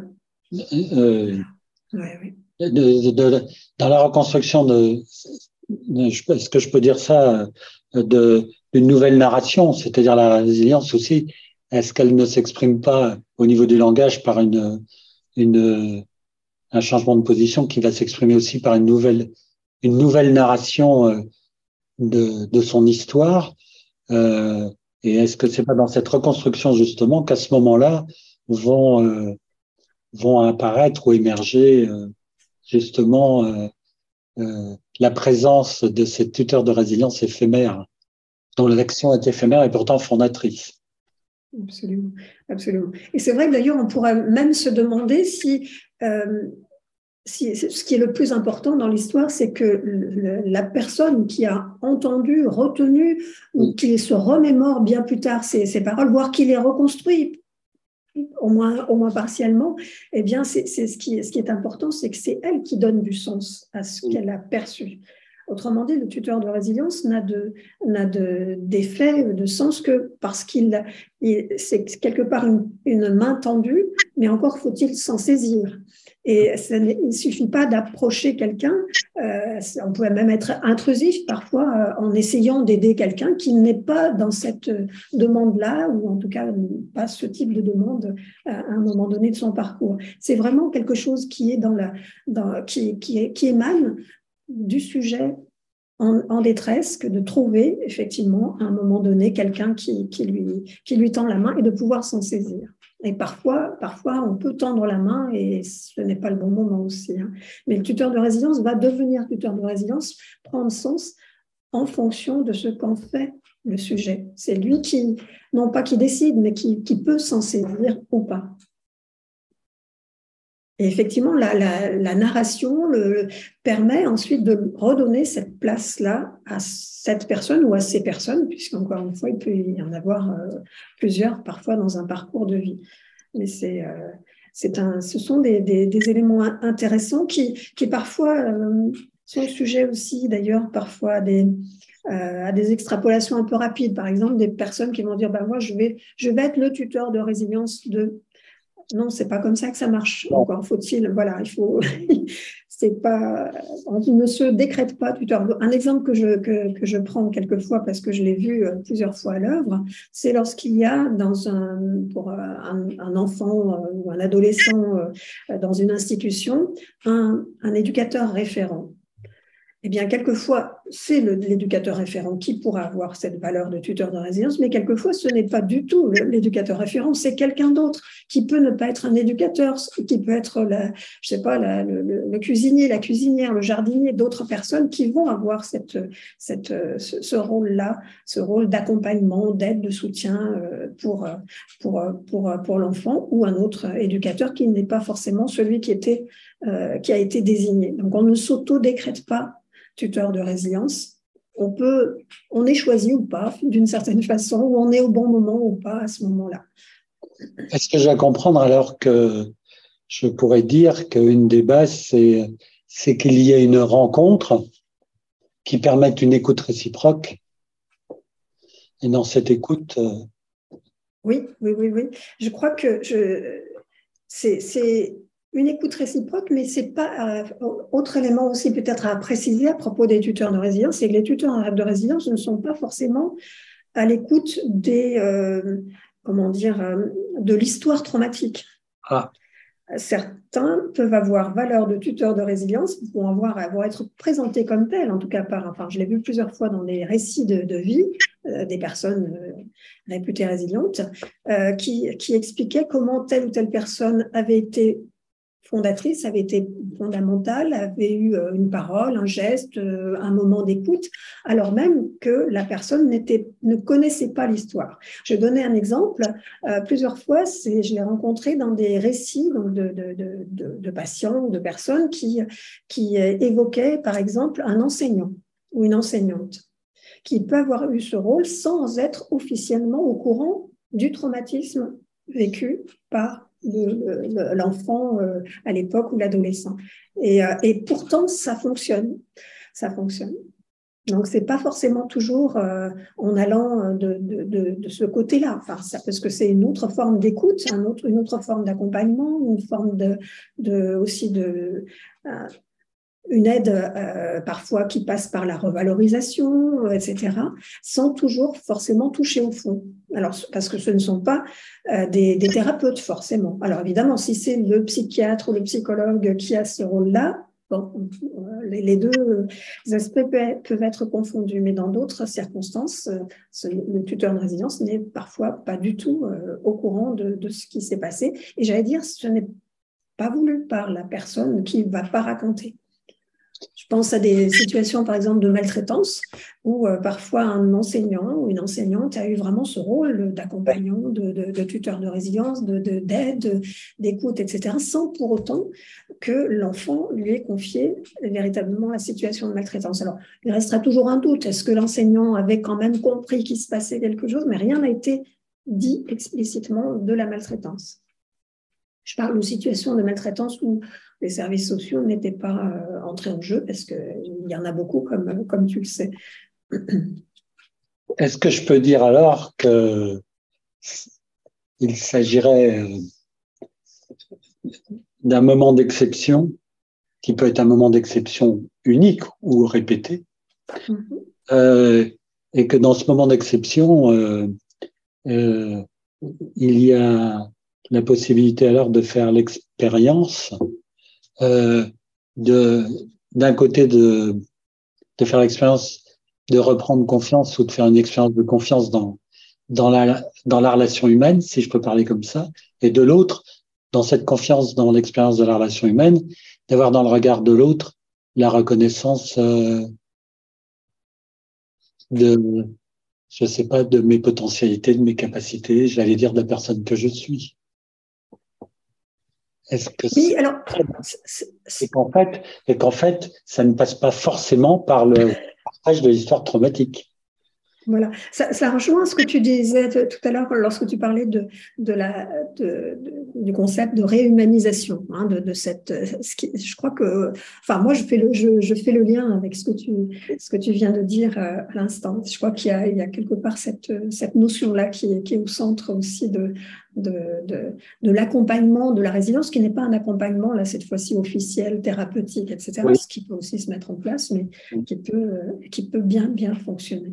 Euh, ouais, oui. de, de, de, dans la reconstruction de, de est-ce que je peux dire ça, de, d'une nouvelle narration, c'est-à-dire la résilience aussi, est-ce qu'elle ne s'exprime pas au niveau du langage par une, une, un changement de position qui va s'exprimer aussi par une nouvelle, une nouvelle narration de, de son histoire? Euh, et est-ce que c'est pas dans cette reconstruction justement qu'à ce moment-là, vont, euh, vont apparaître ou émerger euh, justement euh, euh, la présence de ces tuteurs de résilience éphémères, dont l'action est éphémère et pourtant fondatrice. Absolument, absolument. Et c'est vrai que d'ailleurs, on pourrait même se demander si, euh, si ce qui est le plus important dans l'histoire, c'est que le, la personne qui a entendu, retenu, ou qui se remémore bien plus tard ces, ces paroles, voire qui les reconstruit, au moins, au moins partiellement, eh bien, c'est, c'est ce, qui, ce qui est important, c'est que c'est elle qui donne du sens à ce qu'elle a perçu. Autrement dit, le tuteur de résilience n'a de, n'a de, d'effet, de sens que parce qu'il il, c'est quelque part une, une main tendue, mais encore faut-il s'en saisir. Et ça, il ne suffit pas d'approcher quelqu'un, euh, on pourrait même être intrusif parfois euh, en essayant d'aider quelqu'un qui n'est pas dans cette demande-là, ou en tout cas pas ce type de demande à un moment donné de son parcours. C'est vraiment quelque chose qui est dans la, dans, qui, qui, qui émane du sujet en, en détresse, que de trouver effectivement à un moment donné quelqu'un qui, qui, lui, qui lui tend la main et de pouvoir s'en saisir. Et parfois, parfois, on peut tendre la main et ce n'est pas le bon moment aussi. Hein. Mais le tuteur de résilience va devenir tuteur de résilience, prendre sens en fonction de ce qu'en fait le sujet. C'est lui qui, non pas qui décide, mais qui, qui peut s'en saisir ou pas. Et effectivement, la, la, la narration le, permet ensuite de redonner cette place-là à cette personne ou à ces personnes, puisqu'encore une fois, il peut y en avoir euh, plusieurs parfois dans un parcours de vie. Mais c'est, euh, c'est un, ce sont des, des, des éléments intéressants qui, qui parfois euh, sont sujets aussi, d'ailleurs, parfois à des, euh, à des extrapolations un peu rapides. Par exemple, des personnes qui vont dire ben, « moi, je vais, je vais être le tuteur de résilience de… » Non, c'est pas comme ça que ça marche. Encore faut-il, voilà, il faut, c'est pas, on ne se décrète pas tuteur. Un exemple que je que, que je prends quelquefois parce que je l'ai vu plusieurs fois à l'œuvre, c'est lorsqu'il y a dans un pour un, un enfant ou un adolescent dans une institution un, un éducateur référent. Eh bien, quelquefois, c'est le, l'éducateur référent qui pourra avoir cette valeur de tuteur de résilience, mais quelquefois, ce n'est pas du tout le, l'éducateur référent, c'est quelqu'un d'autre qui peut ne pas être un éducateur, qui peut être, la, je sais pas, la, le, le cuisinier, la cuisinière, le jardinier, d'autres personnes qui vont avoir cette, cette, ce, ce rôle-là, ce rôle d'accompagnement, d'aide, de soutien pour, pour, pour, pour l'enfant, ou un autre éducateur qui n'est pas forcément celui qui, était, euh, qui a été désigné. Donc, on ne s'auto-décrète pas tuteur de résilience, on peut, on est choisi ou pas d'une certaine façon, ou on est au bon moment ou pas à ce moment-là. Est-ce que je vais comprendre alors que je pourrais dire qu'une des bases, c'est, c'est qu'il y ait une rencontre qui permette une écoute réciproque, et dans cette écoute… Euh... Oui, oui, oui, oui. Je crois que je, c'est, c'est une écoute réciproque, mais c'est pas euh, autre élément aussi peut-être à préciser à propos des tuteurs de résilience, c'est que les tuteurs de résilience ne sont pas forcément à l'écoute des euh, comment dire euh, de l'histoire traumatique. Ah. Certains peuvent avoir valeur de tuteur de résilience, vont avoir, avoir être présentés comme tels, en tout cas par, enfin, je l'ai vu plusieurs fois dans des récits de, de vie euh, des personnes euh, réputées résilientes, euh, qui, qui expliquaient comment telle ou telle personne avait été fondatrice, avait été fondamentale, avait eu une parole, un geste, un moment d'écoute, alors même que la personne n'était, ne connaissait pas l'histoire. Je vais donner un exemple. Euh, plusieurs fois, c'est, je l'ai rencontré dans des récits donc de, de, de, de, de patients ou de personnes qui, qui évoquaient, par exemple, un enseignant ou une enseignante qui peut avoir eu ce rôle sans être officiellement au courant du traumatisme vécu par Le, le, l'enfant euh, à l'époque ou l'adolescent. Et, euh, et pourtant, ça fonctionne. Ça fonctionne. Donc, c'est pas forcément toujours euh, en allant de, de, de, de ce côté-là. Enfin, ça, parce que c'est une autre forme d'écoute, un autre, une autre forme d'accompagnement, une forme de, de aussi de euh, une aide euh, parfois qui passe par la revalorisation, et cetera, sans toujours forcément toucher au fond. Alors, parce que ce ne sont pas euh, des, des thérapeutes forcément. Alors évidemment, si c'est le psychiatre ou le psychologue qui a ce rôle-là, bon, les deux aspects peuvent être confondus, mais dans d'autres circonstances, le tuteur de résidence n'est parfois pas du tout au courant de, de ce qui s'est passé. Et j'allais dire, ce n'est pas voulu par la personne qui ne va pas raconter. Je pense à des situations, par exemple, de maltraitance, où euh, parfois un enseignant ou une enseignante a eu vraiment ce rôle d'accompagnant, de, de, de tuteur de résilience, de, de, d'aide, d'écoute, et cetera, sans pour autant que l'enfant lui ait confié véritablement la situation de maltraitance. Alors, il restera toujours un doute. Est-ce que l'enseignant avait quand même compris qu'il se passait quelque chose? Mais rien n'a été dit explicitement de la maltraitance. Je parle de situations de maltraitance où les services sociaux n'étaient pas euh, entrés en jeu, parce qu'il y en a beaucoup, comme, comme tu le sais. Est-ce que je peux dire alors qu'il s'agirait d'un moment d'exception, qui peut être un moment d'exception unique ou répété, mm-hmm. euh, et que dans ce moment d'exception, euh, euh, il y a la possibilité alors de faire l'expérience euh, de d'un côté de de faire l'expérience de reprendre confiance ou de faire une expérience de confiance dans dans la dans la relation humaine, si je peux parler comme ça, et de l'autre, dans cette confiance dans l'expérience de la relation humaine, d'avoir dans le regard de l'autre la reconnaissance euh, de je sais pas de mes potentialités, de mes capacités, j'allais dire de la personne que je suis. Est-ce que oui, alors, et qu'en fait, et qu'en fait, ça ne passe pas forcément par le partage de l'histoire traumatique. Voilà, ça, ça rejoint ce que tu disais tout à l'heure lorsque tu parlais de, de la, de, de, du concept de réhumanisation, hein, de, de cette. Ce qui, je crois que, enfin, moi, je fais le, je, je fais le lien avec ce que tu, ce que tu viens de dire à l'instant. Je crois qu'il y a, il y a quelque part cette, cette notion-là qui est, qui est au centre aussi de, de, de, de l'accompagnement de la résilience, qui n'est pas un accompagnement là cette fois-ci officiel, thérapeutique, et cetera. Oui. Ce qui peut aussi se mettre en place, mais qui peut, qui peut bien, bien fonctionner.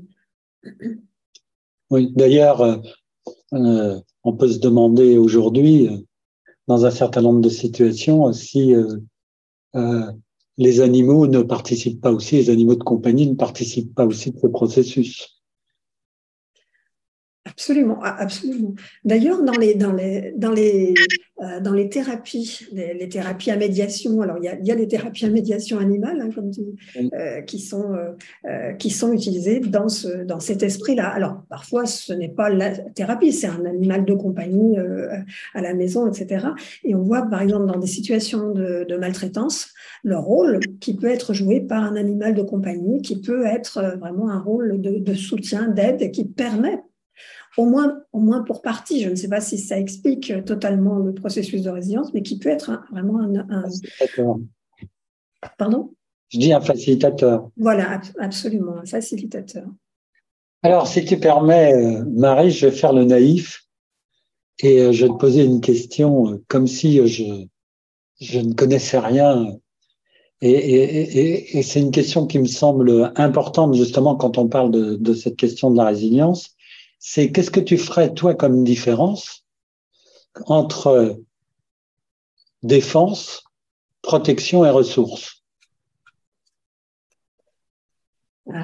Oui, d'ailleurs, euh, on peut se demander aujourd'hui, euh, dans un certain nombre de situations, si euh, euh, les animaux ne participent pas aussi, les animaux de compagnie ne participent pas aussi de ce processus. Absolument, absolument. D'ailleurs, dans les, dans les, dans les, euh, dans les thérapies, les, les thérapies à médiation, alors il y a, il y a les thérapies à médiation animale, hein, comme tu, euh, qui sont, euh, qui sont utilisées dans ce, dans cet esprit-là. Alors parfois, ce n'est pas la thérapie, c'est un animal de compagnie euh, à la maison, et cetera. Et on voit, par exemple, dans des situations de, de maltraitance, le rôle qui peut être joué par un animal de compagnie, qui peut être vraiment un rôle de, de soutien, d'aide, qui permet Au moins, au moins pour partie, je ne sais pas si ça explique totalement le processus de résilience, mais qui peut être un, vraiment un, un... Facilitateur. Pardon ? Je dis un facilitateur. Voilà, absolument, un facilitateur. Alors, si tu permets, Marie, je vais faire le naïf et je vais te poser une question comme si je, je ne connaissais rien. Et, et, et, et c'est une question qui me semble importante justement quand on parle de, de cette question de la résilience. C'est qu'est-ce que tu ferais, toi, comme différence entre défense, protection et ressources? Ah.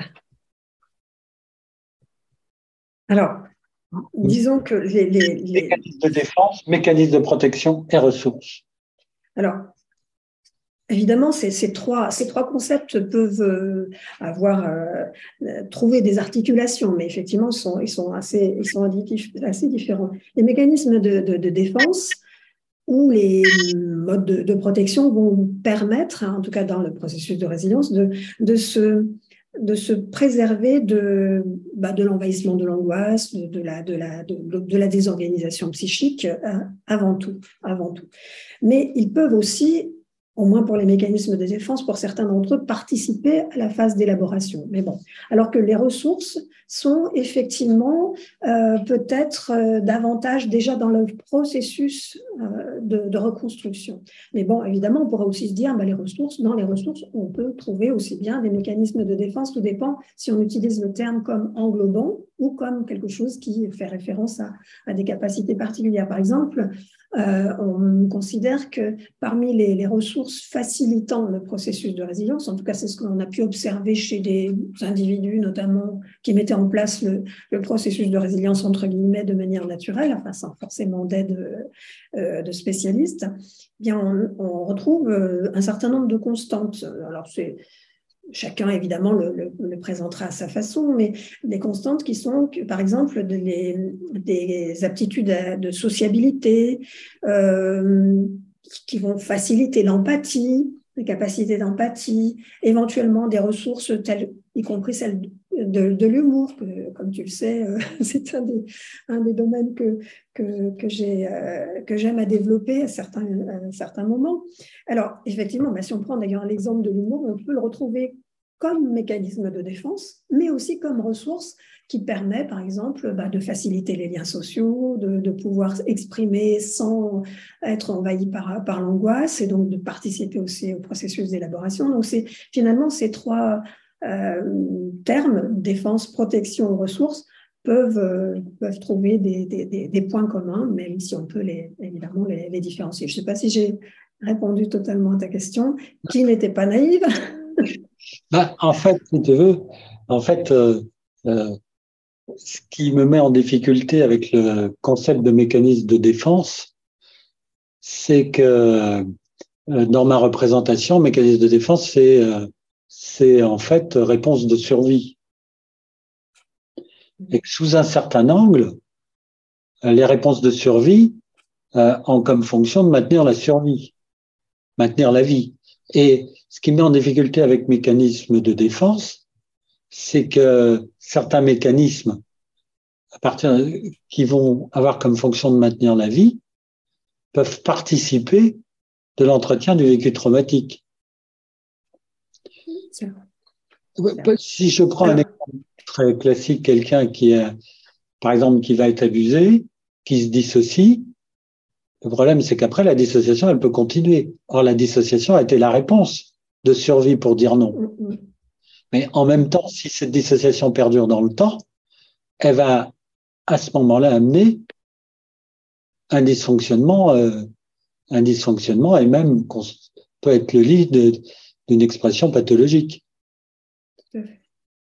Alors, disons que les, les, les... Mécanisme de défense, mécanisme de protection et ressources. Alors, évidemment, ces, ces, trois, ces trois concepts peuvent euh, avoir euh, trouvé des articulations, mais effectivement, sont, ils sont, assez, ils sont assez différents. Les mécanismes de, de, de défense ou les modes de, de protection vont permettre, en tout cas dans le processus de résilience, de, de, se, de se préserver de, bah, de l'envahissement de l'angoisse, de, de, la, de, la, de, de la désorganisation psychique, euh, avant tout, avant tout. Mais ils peuvent aussi, au moins pour les mécanismes de défense, pour certains d'entre eux, participer à la phase d'élaboration. Mais bon, alors que les ressources sont effectivement euh, peut-être euh, davantage déjà dans le processus euh, de, de reconstruction. Mais bon, évidemment, on pourrait aussi se dire, bah, les ressources, dans les ressources, on peut trouver aussi bien des mécanismes de défense, tout dépend si on utilise le terme comme englobant ou comme quelque chose qui fait référence à, à des capacités particulières. Par exemple, euh, on considère que parmi les, les ressources facilitant le processus de résilience, en tout cas c'est ce qu'on a pu observer chez des individus notamment qui mettaient en place le, le processus de résilience entre guillemets de manière naturelle, enfin sans forcément d'aide euh, de spécialistes, eh bien on, on retrouve un certain nombre de constantes. Alors c'est chacun, évidemment, le, le, le présentera à sa façon, mais des constantes qui sont, par exemple, de les, des aptitudes de sociabilité, euh, qui vont faciliter l'empathie, les capacités d'empathie, éventuellement des ressources telles, y compris celles de, de l'humour, que, comme tu le sais, euh, c'est un des, un des domaines que, que, que, j'ai, euh, que j'aime à développer à certains, à certains moments. Alors, effectivement, bah, si on prend d'ailleurs l'exemple de l'humour, on peut le retrouver comme mécanisme de défense, mais aussi comme ressource qui permet, par exemple, bah, de faciliter les liens sociaux, de, de pouvoir exprimer sans être envahi par, par l'angoisse et donc de participer aussi au processus d'élaboration. Donc, c'est, finalement, ces trois euh, termes, défense, protection, ressources, peuvent, euh, peuvent trouver des, des, des points communs, même si on peut les, évidemment les, les différencier. Je ne sais pas si j'ai répondu totalement à ta question, qui n'était pas naïve. Ben, en fait, si tu veux, en fait, euh, euh, ce qui me met en difficulté avec le concept de mécanisme de défense, c'est que euh, dans ma représentation, mécanisme de défense, c'est euh, c'est en fait réponse de survie. Et que sous un certain angle, les réponses de survie euh, ont comme fonction de maintenir la survie, maintenir la vie. Et ce qui met en difficulté avec mécanisme de défense, c'est que certains mécanismes à partir qui vont avoir comme fonction de maintenir la vie peuvent participer de l'entretien du vécu traumatique. C'est si je prends un exemple très classique, quelqu'un qui est, par exemple, qui va être abusé, qui se dissocie, le problème, c'est qu'après, la dissociation, elle peut continuer. Or, la dissociation a été la réponse de survie pour dire non. Mais en même temps, si cette dissociation perdure dans le temps, elle va, à ce moment-là, amener un dysfonctionnement, euh, un dysfonctionnement et même peut être le lit de, d'une expression pathologique. Tout à fait.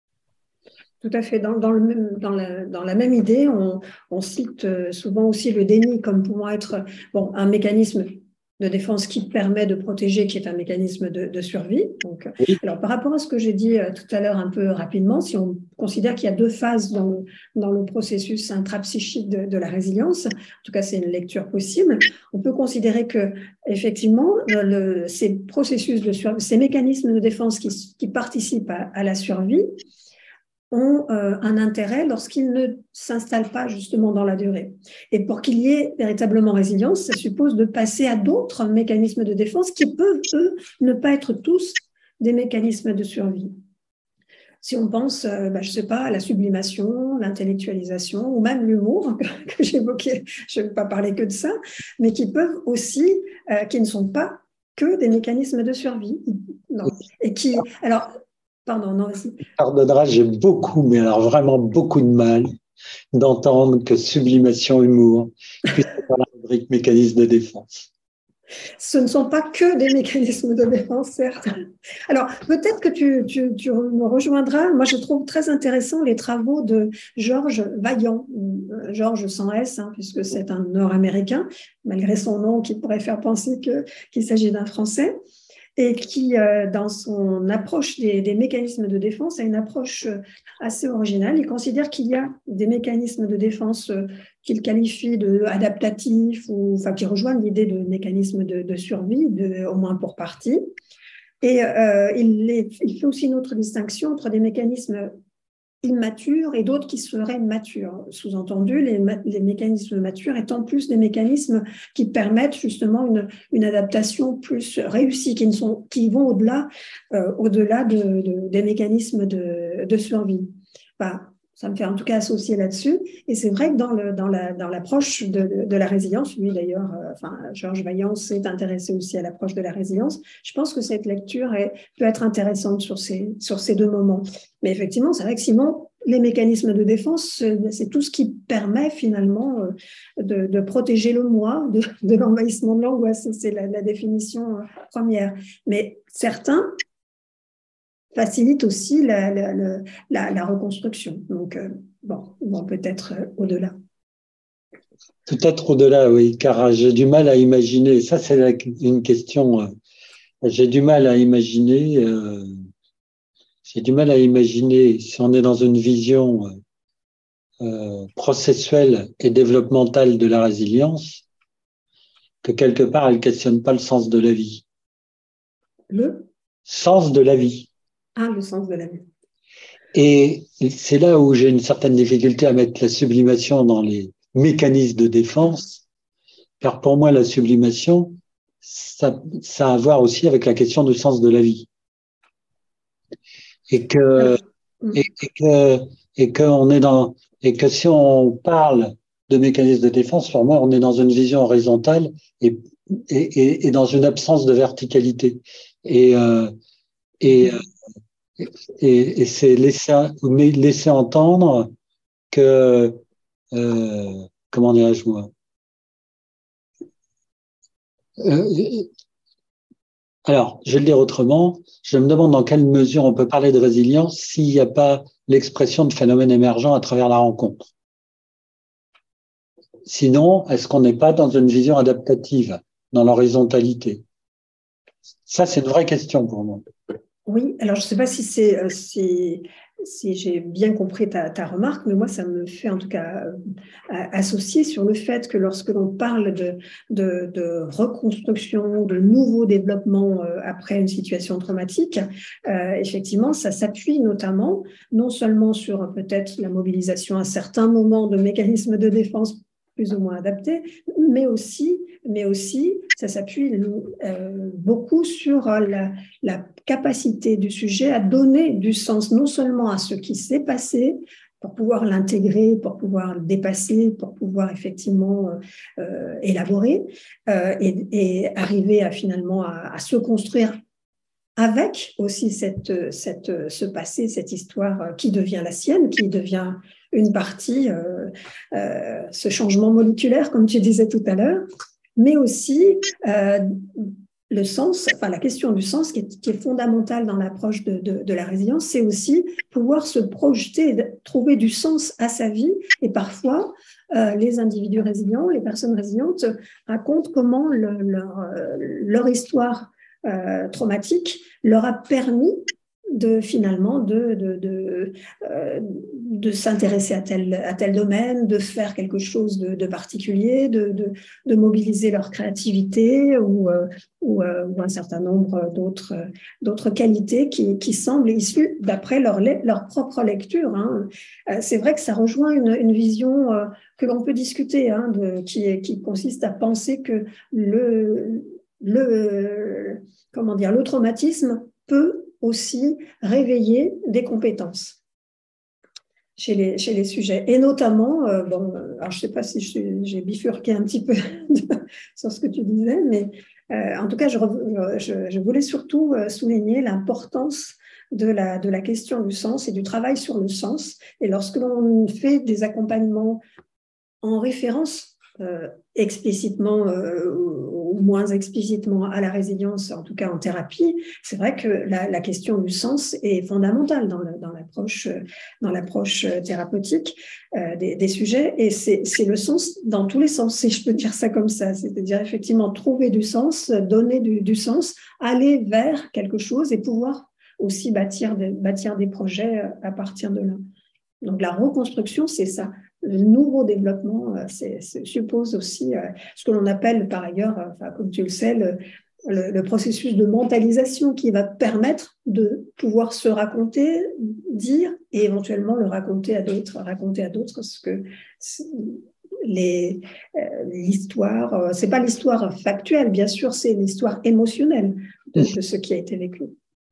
Tout à fait. Dans, dans, le même, dans, la, dans la même idée, on, on cite souvent aussi le déni comme pouvant être bon, un mécanisme de défense qui permet de protéger, qui est un mécanisme de, de survie. Donc, oui. Alors, par rapport à ce que j'ai dit tout à l'heure un peu rapidement, si on considère qu'il y a deux phases dans le, dans le processus intrapsychique de, de la résilience, en tout cas, c'est une lecture possible, on peut considérer que, effectivement, le, ces processus de survie, ces mécanismes de défense qui, qui participent à, à la survie, ont euh, un intérêt lorsqu'ils ne s'installent pas justement dans la durée. Et pour qu'il y ait véritablement résilience, ça suppose de passer à d'autres mécanismes de défense qui peuvent, eux, ne pas être tous des mécanismes de survie. Si on pense, euh, bah, je ne sais pas, à la sublimation, l'intellectualisation ou même l'humour que, que j'évoquais, je ne vais pas parler que de ça, mais qui peuvent aussi, euh, qui ne sont pas que des mécanismes de survie. Non. Et qui, alors, Pardon, non, vas-y. Pardonnera, j'ai beaucoup, mais alors vraiment beaucoup de mal d'entendre que sublimation, humour puisse être dans la rubrique mécanisme de défense. Ce ne sont pas que des mécanismes de défense, certes. Alors, peut-être que tu, tu, tu me rejoindras. Moi, je trouve très intéressant les travaux de Georges Vaillant, Georges sans S, hein, puisque c'est un Nord-Américain, malgré son nom qui pourrait faire penser que, qu'il s'agit d'un Français, et qui, euh, dans son approche des, des mécanismes de défense, a une approche assez originale. Il considère qu'il y a des mécanismes de défense euh, qu'il qualifie de adaptatifs, ou enfin qui rejoignent l'idée de mécanismes de, de survie, de, au moins pour partie. Et euh, il, les, il fait aussi une autre distinction entre des mécanismes immatures et d'autres qui seraient matures. Sous-entendu, les, les mécanismes matures étant plus des mécanismes qui permettent justement une, une adaptation plus réussie, qui, ne sont, qui vont au-delà, euh, au-delà de, de, des mécanismes de, de survie. Enfin, ça me fait en tout cas associer là-dessus. Et c'est vrai que dans, le, dans, la, dans l'approche de, de la résilience, lui d'ailleurs, euh, enfin, Georges Vaillant s'est intéressé aussi à l'approche de la résilience. Je pense que cette lecture est, peut être intéressante sur ces, sur ces deux moments. Mais effectivement, c'est vrai que Simon, les mécanismes de défense, c'est tout ce qui permet finalement de, de protéger le moi de, de l'envahissement de l'angoisse. C'est la, la définition première. Mais certains facilitent aussi la, la, la, la reconstruction. Donc, bon, bon peut-être au-delà. Peut-être au-delà, oui, car j'ai du mal à imaginer. Ça, c'est une question. J'ai du mal à imaginer. Euh, j'ai du mal à imaginer si on est dans une vision euh, processuelle et développementale de la résilience, que quelque part, elle questionne pas le sens de la vie. Le sens de la vie. Ah, le sens de la vie. Et c'est là où j'ai une certaine difficulté à mettre la sublimation dans les mécanismes de défense, car pour moi, la sublimation, ça, ça a à voir aussi avec la question du sens de la vie. Et que, et, et que, et que on est dans, et que si on parle de mécanismes de défense, pour moi, on est dans une vision horizontale et, et, et dans une absence de verticalité. Et, euh, et, et, et c'est laisser, laisser entendre que, euh, comment dirais-je moi, euh, alors, je vais le dire autrement, je me demande dans quelle mesure on peut parler de résilience s'il n'y a pas l'expression de phénomènes émergents à travers la rencontre. Sinon, est-ce qu'on n'est pas dans une vision adaptative, dans l'horizontalité? Ça, c'est une vraie question pour moi. Oui, alors je ne sais pas si c'est si, si j'ai bien compris ta, ta remarque, mais moi, ça me fait en tout cas associer sur le fait que lorsque l'on parle de, de, de reconstruction, de nouveau développement après une situation traumatique, euh, effectivement, ça s'appuie notamment non seulement sur peut-être la mobilisation à un certain moment de mécanismes de défense plus ou moins adaptés, mais aussi, mais aussi ça s'appuie euh, beaucoup sur la, la capacité du sujet à donner du sens non seulement à ce qui s'est passé, pour pouvoir l'intégrer, pour pouvoir le dépasser, pour pouvoir effectivement euh, élaborer euh, et, et arriver à finalement à, à se construire avec aussi cette, cette, ce passé, cette histoire qui devient la sienne, qui devient une partie, euh, euh, ce changement moléculaire, comme tu disais tout à l'heure, mais aussi euh, le sens, enfin la question du sens qui est, qui est fondamentale dans l'approche de, de, de la résilience, c'est aussi pouvoir se projeter, trouver du sens à sa vie. Et parfois, euh, les individus résilients, les personnes résilientes racontent comment le, leur, leur histoire Euh, traumatique leur a permis de finalement de, de, de, euh, de s'intéresser à tel, à tel domaine, de faire quelque chose de, de particulier, de, de, de mobiliser leur créativité ou, euh, ou, euh, ou un certain nombre d'autres, d'autres qualités qui, qui semblent issues d'après leur, leur propre lecture. Hein. Euh, c'est vrai que ça rejoint une, une vision euh, que l'on peut discuter, hein, de, qui, qui consiste à penser que le Le, comment dire, le traumatisme peut aussi réveiller des compétences chez les, chez les sujets. Et notamment, euh, bon, alors je ne sais pas si j'ai bifurqué un petit peu sur ce que tu disais, mais euh, en tout cas, je, je, je voulais surtout souligner l'importance de la, de la question du sens et du travail sur le sens. Et lorsque l'on fait des accompagnements en référence Euh, explicitement euh, ou moins explicitement à la résilience, en tout cas en thérapie, c'est vrai que la, la question du sens est fondamentale dans, le, dans l'approche dans l'approche thérapeutique euh, des, des sujets, et c'est, c'est le sens dans tous les sens, si je peux dire ça comme ça, c'est-à-dire effectivement trouver du sens, donner du, du sens, aller vers quelque chose et pouvoir aussi bâtir, de, bâtir des projets à partir de là. Donc la reconstruction, c'est ça. Le nouveau développement c'est, c'est, suppose aussi euh, ce que l'on appelle par ailleurs, euh, enfin, comme tu le sais, le, le, le processus de mentalisation qui va permettre de pouvoir se raconter, dire et éventuellement le raconter à d'autres, raconter à d'autres ce que les, euh, l'histoire, euh, c'est pas l'histoire factuelle, bien sûr, c'est l'histoire émotionnelle de, de ce qui a été vécu.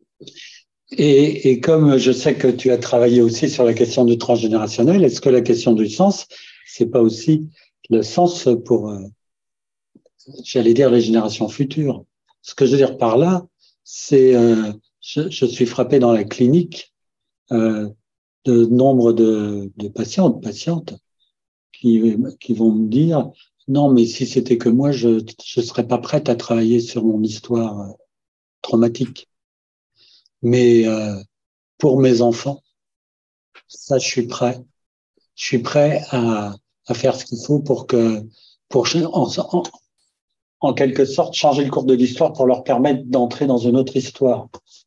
Et, et comme je sais que tu as travaillé aussi sur la question du transgénérationnel, est-ce que la question du sens, c'est pas aussi le sens pour, euh, j'allais dire, les générations futures? Ce que je veux dire par là, c'est, euh, je, je suis frappé dans la clinique euh, de nombre de, de patients, de patientes qui, qui vont me dire « Non, mais si c'était que moi, je ne serais pas prête à travailler sur mon histoire traumatique. Mais euh, pour mes enfants, ça, je suis prêt. Je suis prêt à, à faire ce qu'il faut pour que, pour en, en, en quelque sorte, changer le cours de l'histoire pour leur permettre d'entrer dans une autre histoire. »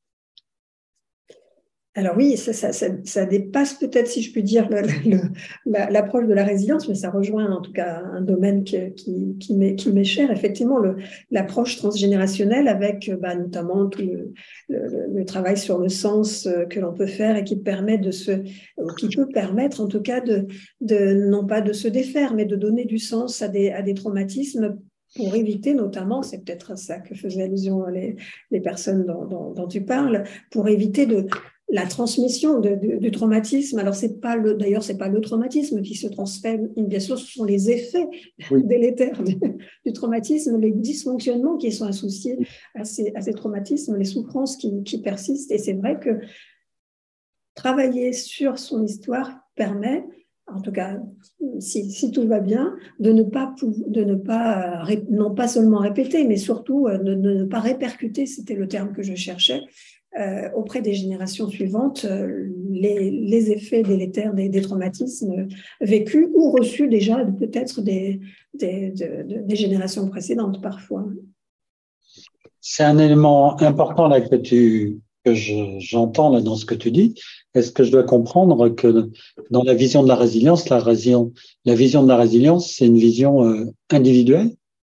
Alors oui, ça, ça, ça, ça dépasse peut-être, si je puis dire, l'approche de la résilience, mais ça rejoint en tout cas un domaine qui, qui, qui m'est cher. Effectivement, l'approche transgénérationnelle avec bah, notamment tout le, le, le travail sur le sens que l'on peut faire et qui permet de se, qui peut permettre en tout cas de, de non pas de se défaire, mais de donner du sens à des, à des traumatismes pour éviter notamment, c'est peut-être ça que faisaient allusion les, les personnes dont, dont, dont tu parles, pour éviter de la transmission de, de, du traumatisme. Alors, c'est pas le, d'ailleurs, c'est pas le traumatisme qui se transfère, bien sûr, ce sont les effets oui. délétères du, du traumatisme, les dysfonctionnements qui sont associés à ces, à ces traumatismes, les souffrances qui, qui persistent. Et c'est vrai que travailler sur son histoire permet, en tout cas, si, si tout va bien, de ne pas, de ne pas, non pas seulement répéter, mais surtout de, de ne pas répercuter, c'était le terme que je cherchais, Euh, auprès des générations suivantes, euh, les, les effets délétères des, des traumatismes vécus ou reçus déjà peut-être des, des, de, de, des générations précédentes parfois. C'est un élément important là que tu que je, j'entends là dans ce que tu dis. Est-ce que je dois comprendre que dans la vision de la résilience, la, résilience, la vision de la résilience, c'est une vision euh, individuelle?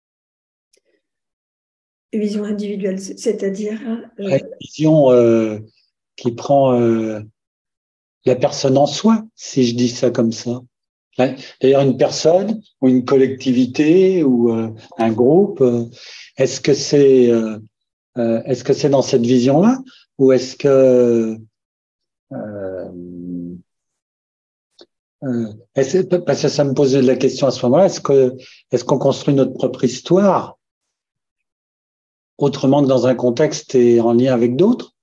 Vision individuelle, c'est-à-dire euh... une vision euh, qui prend euh, la personne en soi, si je dis ça comme ça. D'ailleurs, une personne ou une collectivité ou euh, un groupe, euh, est-ce que c'est euh, euh, est-ce que c'est dans cette vision-là ou est-ce que euh, euh, est-ce, parce que ça me posait la question à ce moment-là, est-ce que est-ce qu'on construit notre propre histoire autrement que dans un contexte et en lien avec d'autres?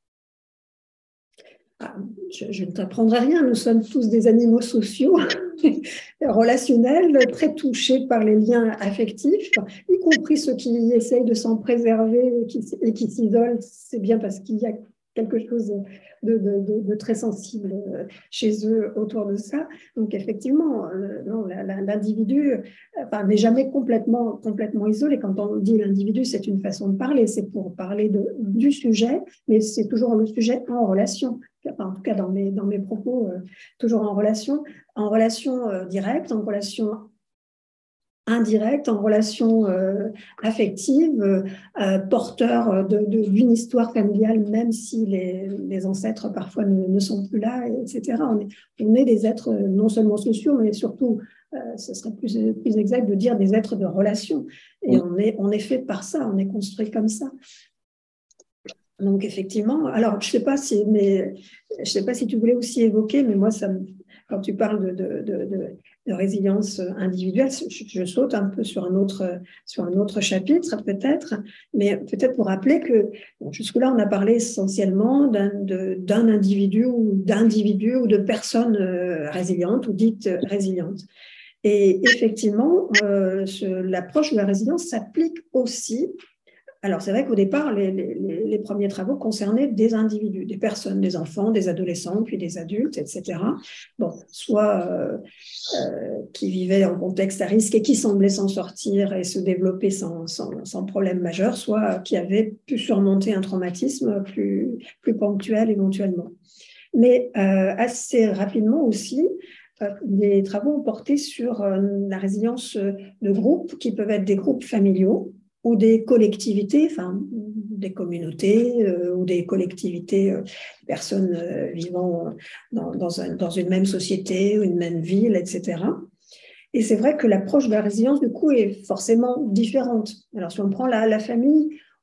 Ah, je, je ne t'apprendrai rien, nous sommes tous des animaux sociaux, relationnels, très touchés par les liens affectifs, y compris ceux qui essayent de s'en préserver et qui, et qui s'isolent. C'est bien parce qu'il y a quelque chose de, de, de, de très sensible chez eux autour de ça. Donc effectivement, non, l'individu enfin, n'est jamais complètement, complètement isolé. Quand on dit l'individu, c'est une façon de parler, c'est pour parler de, du sujet, mais c'est toujours le sujet en relation. Enfin, en tout cas, dans mes, dans mes propos, euh, toujours en relation, en relation euh, directe, en relation indirecte, en relation euh, affective, euh, porteur de, de, d'une histoire familiale, même si les, les ancêtres parfois ne, ne sont plus là, et cetera. On est, on est des êtres non seulement sociaux, mais surtout, euh, ce serait plus, plus exact de dire des êtres de relation. Et oui. on, est, on est fait par ça, on est construit comme ça. Donc effectivement, alors je sais pas si, mais je sais pas si tu voulais aussi évoquer, mais moi ça me, quand tu parles de, de, de, de, de résilience individuelle, je, je saute un peu sur un autre, sur un autre chapitre peut-être, mais peut-être pour rappeler que bon, jusque-là on a parlé essentiellement d'un, de, d'un individu ou d'individus ou de personnes euh, résilientes ou dites résilientes. Et effectivement, euh, ce, l'approche de la résilience s'applique aussi. Alors, c'est vrai qu'au départ, les, les, les premiers travaux concernaient des individus, des personnes, des enfants, des adolescents, puis des adultes, et cetera. Bon, soit euh, euh, qui vivaient en contexte à risque et qui semblaient s'en sortir et se développer sans, sans, sans problème majeur, soit qui avaient pu surmonter un traumatisme plus, plus ponctuel éventuellement. Mais euh, assez rapidement aussi, euh, des travaux ont porté sur euh, la résilience de groupes qui peuvent être des groupes familiaux, ou des collectivités, enfin des communautés euh, ou des collectivités, euh, personnes euh, vivant dans, dans, un, dans une même société ou une même ville, et cetera. Et c'est vrai que l'approche de la résilience, du coup, est forcément différente. Alors, si on prend la, la famille,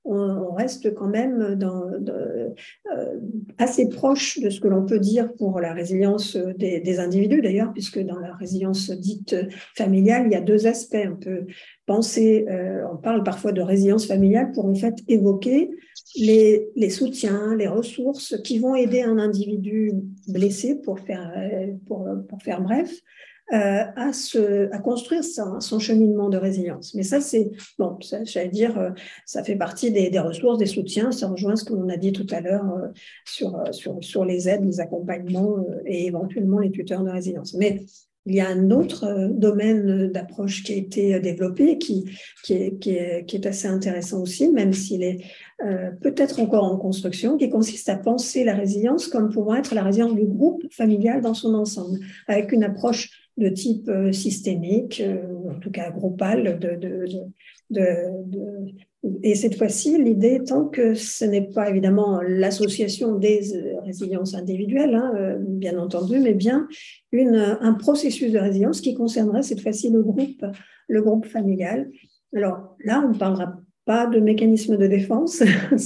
on, on reste quand même dans, de, euh, assez proche de ce que l'on peut dire pour la résilience des, des individus, d'ailleurs, puisque dans la résilience dite familiale, il y a deux aspects. On peut penser, euh, on parle parfois de résilience familiale pour en fait évoquer les, les soutiens, les ressources qui vont aider un individu blessé, pour faire, pour, pour faire bref, euh, à, se, à construire son, son cheminement de résilience. Mais ça, c'est, bon, ça, j'allais dire, euh, ça fait partie des, des ressources, des soutiens, ça rejoint ce que l'on a dit tout à l'heure euh, sur, sur, sur les aides, les accompagnements euh, et éventuellement les tuteurs de résilience. Mais il y a un autre domaine d'approche qui a été développé, qui, qui, est, qui, est, qui est assez intéressant aussi, même s'il est euh, peut-être encore en construction, qui consiste à penser la résilience comme pouvant être la résilience du groupe familial dans son ensemble, avec une approche de type euh, systémique, euh, en tout cas groupal, de, de, de, de, de et cette fois-ci, l'idée étant que ce n'est pas évidemment l'association des résiliences individuelles, hein, bien entendu, mais bien une, un processus de résilience qui concernerait cette fois-ci le groupe, le groupe familial. Alors là, on ne parlera pas de mécanisme de défense,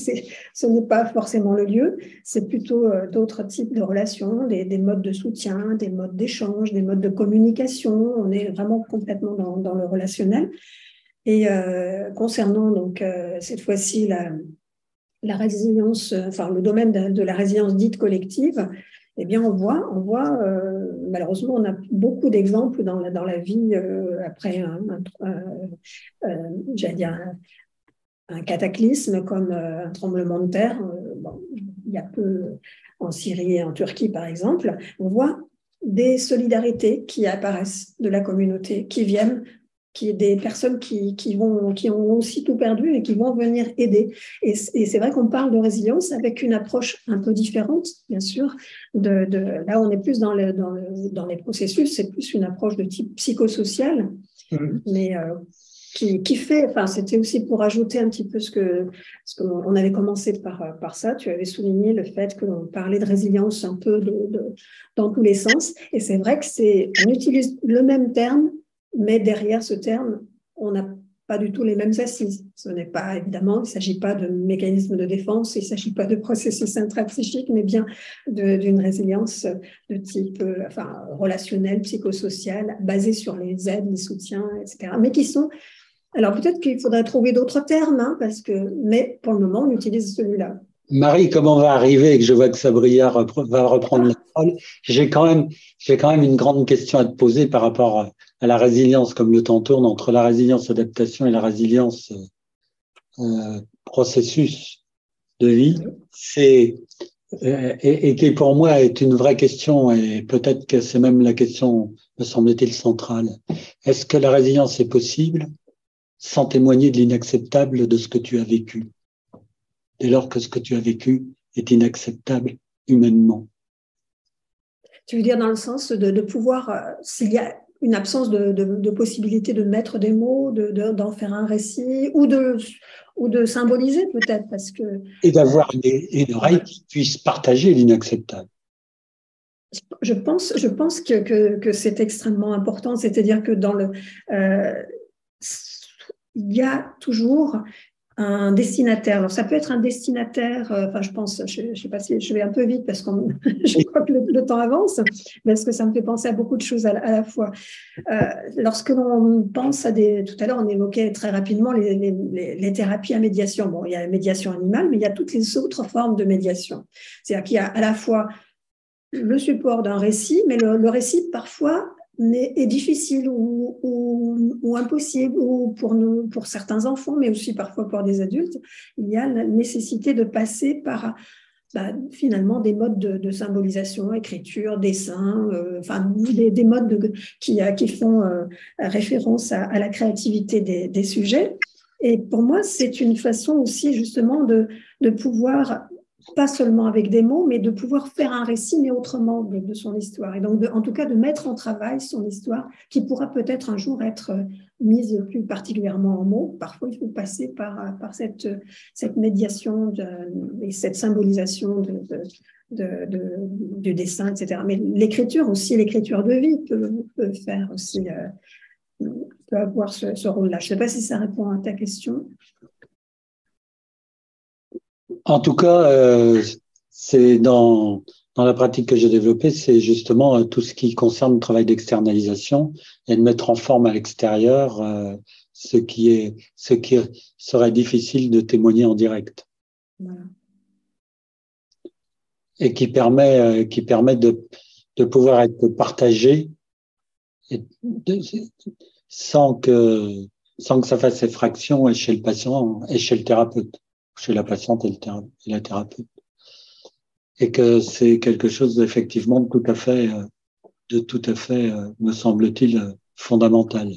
ce n'est pas forcément le lieu, c'est plutôt d'autres types de relations, des, des modes de soutien, des modes d'échange, des modes de communication. On est vraiment complètement dans, dans le relationnel. Et euh, concernant donc euh, cette fois-ci la, la résilience, enfin le domaine de, de la résilience dite collective, eh bien on voit, on voit euh, malheureusement on a beaucoup d'exemples dans la, dans la vie euh, après un, un, un, euh, j'allais dire un, un cataclysme comme euh, un tremblement de terre. Euh, bon, il y a peu en Syrie et en Turquie par exemple, on voit des solidarités qui apparaissent de la communauté, qui viennent, qui des personnes qui, qui, vont, qui ont aussi tout perdu et qui vont venir aider. Et, et c'est vrai qu'on parle de résilience avec une approche un peu différente, bien sûr. De, de, là, on est plus dans, le, dans, le, dans les processus, c'est plus une approche de type psychosocial, mmh. mais euh, qui, qui fait, enfin, c'était aussi pour ajouter un petit peu ce que, ce qu'on avait commencé par, par ça. Tu avais souligné le fait que l'on parlait de résilience un peu de, de, dans tous les sens. Et c'est vrai que c'est, on utilise le même terme, mais derrière ce terme, on n'a pas du tout les mêmes assises. Ce n'est pas, évidemment, il ne s'agit pas de mécanisme de défense, il ne s'agit pas de processus intrapsychique, mais bien d'une résilience de type euh, enfin, relationnel, psychosocial, basée sur les aides, les soutiens, et cetera. Mais qui sont... Alors peut-être qu'il faudrait trouver d'autres termes, hein, parce que, mais pour le moment, on utilise celui-là. Marie, comme on va arriver et que je vois que Sabria va reprendre la parole, j'ai quand même, j'ai quand même une grande question à te poser par rapport à la résilience, comme le temps tourne, entre la résilience adaptation et la résilience euh, processus de vie. C'est, euh, et, et qui pour moi est une vraie question, et peut-être que c'est même la question, me semble-t-il, centrale. Est-ce que la résilience est possible sans témoigner de l'inacceptable de ce que tu as vécu, dès lors que ce que tu as vécu est inacceptable humainement? Tu veux dire dans le sens de, de pouvoir, euh, s'il y a une absence de, de, de possibilité de mettre des mots, de, de, d'en faire un récit, ou de, ou de symboliser peut-être, parce que... Et d'avoir une, une oreille ouais. qui puisse partager l'inacceptable. Je pense, je pense que, que, que c'est extrêmement important, c'est-à-dire que dans le... Euh, il y a toujours un destinataire. Alors, ça peut être un destinataire, euh, enfin, je pense, je ne sais pas si je vais un peu vite parce que je crois que le, le temps avance, parce que ça me fait penser à beaucoup de choses à, à la fois. Euh, lorsque l'on pense à des... Tout à l'heure, on évoquait très rapidement les, les, les thérapies à médiation. Bon, il y a la médiation animale, mais il y a toutes les autres formes de médiation. C'est-à-dire qu'il y a à la fois le support d'un récit, mais le, le récit, parfois, est difficile ou, ou, ou impossible, ou pour, nous, pour certains enfants, mais aussi parfois pour des adultes, il y a la nécessité de passer par bah, finalement des modes de, de symbolisation, écriture, dessin, euh, enfin des, des modes de, qui, qui font euh, référence à, à la créativité des, des sujets. Et pour moi, c'est une façon aussi justement de, de pouvoir... pas seulement avec des mots, mais de pouvoir faire un récit, mais autrement de, de son histoire. Et donc, de, en tout cas, de mettre en travail son histoire, qui pourra peut-être un jour être mise plus particulièrement en mots. Parfois, il faut passer par, par cette, cette médiation de, et cette symbolisation de, de, de, de, du dessin, et cetera. Mais l'écriture aussi, l'écriture de vie peut, peut faire aussi, euh, peut avoir ce, ce rôle-là. Je ne sais pas si ça répond à ta question. En tout cas, euh, c'est dans, dans la pratique que j'ai développée, c'est justement euh, tout ce qui concerne le travail d'externalisation et de mettre en forme à l'extérieur euh, ce qui est, ce qui serait difficile de témoigner en direct. Voilà. Et qui permet, euh, qui permet de, de pouvoir être partagé et de, sans que, sans que ça fasse effraction chez le patient et chez le thérapeute, chez la patiente et, le théra- et la thérapeute. Et que c'est quelque chose d'effectivement tout à fait, euh, de tout à fait, euh, me semble-t-il, euh, fondamental.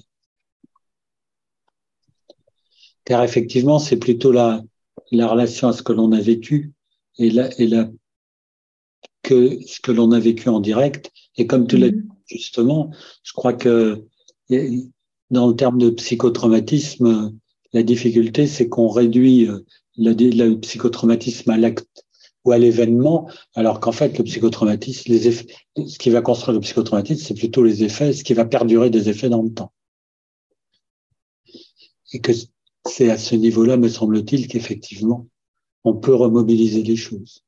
Car effectivement, c'est plutôt la, la relation à ce que l'on a vécu et la, et la, que ce que l'on a vécu en direct. Et comme tu l'as dit justement, je crois que dans le terme de psychotraumatisme, la difficulté, c'est qu'on réduit le, le psychotraumatisme à l'acte ou à l'événement, alors qu'en fait, le psychotraumatisme, les effets, ce qui va construire le psychotraumatisme, c'est plutôt les effets, ce qui va perdurer des effets dans le temps. Et que c'est à ce niveau-là, me semble-t-il, qu'effectivement, on peut remobiliser les choses.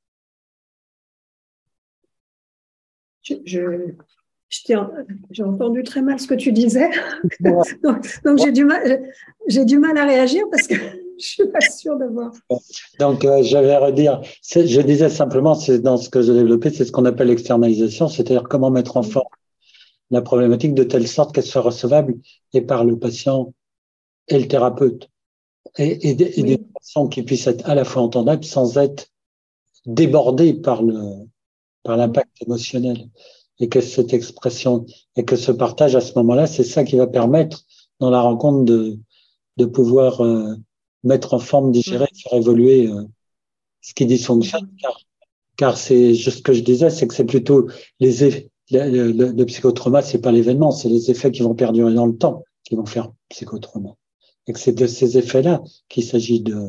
Je, je, je j'ai entendu très mal ce que tu disais, donc, donc j'ai du mal, j'ai du mal à réagir parce que je suis pas sûre d'avoir. Donc, euh, je vais redire, je disais simplement, c'est dans ce que j'ai développé, c'est ce qu'on appelle l'externalisation, c'est-à-dire comment mettre en forme la problématique de telle sorte qu'elle soit recevable et par le patient et le thérapeute, et, et, des, et oui. des façons qui puissent être à la fois entendables sans être débordées par le par l'impact oui. émotionnel, et que cette expression et que ce partage à ce moment-là, c'est ça qui va permettre dans la rencontre de de pouvoir euh, mettre en forme, digérer, oui. faire évoluer euh, ce qui dysfonctionne, oui. car car c'est juste ce que je disais, c'est que c'est plutôt les effets. Le, le, le psychotrauma, c'est pas l'événement, c'est les effets qui vont perdurer dans le temps qui vont faire psychotrauma. Et que c'est de ces effets-là qu'il s'agit de,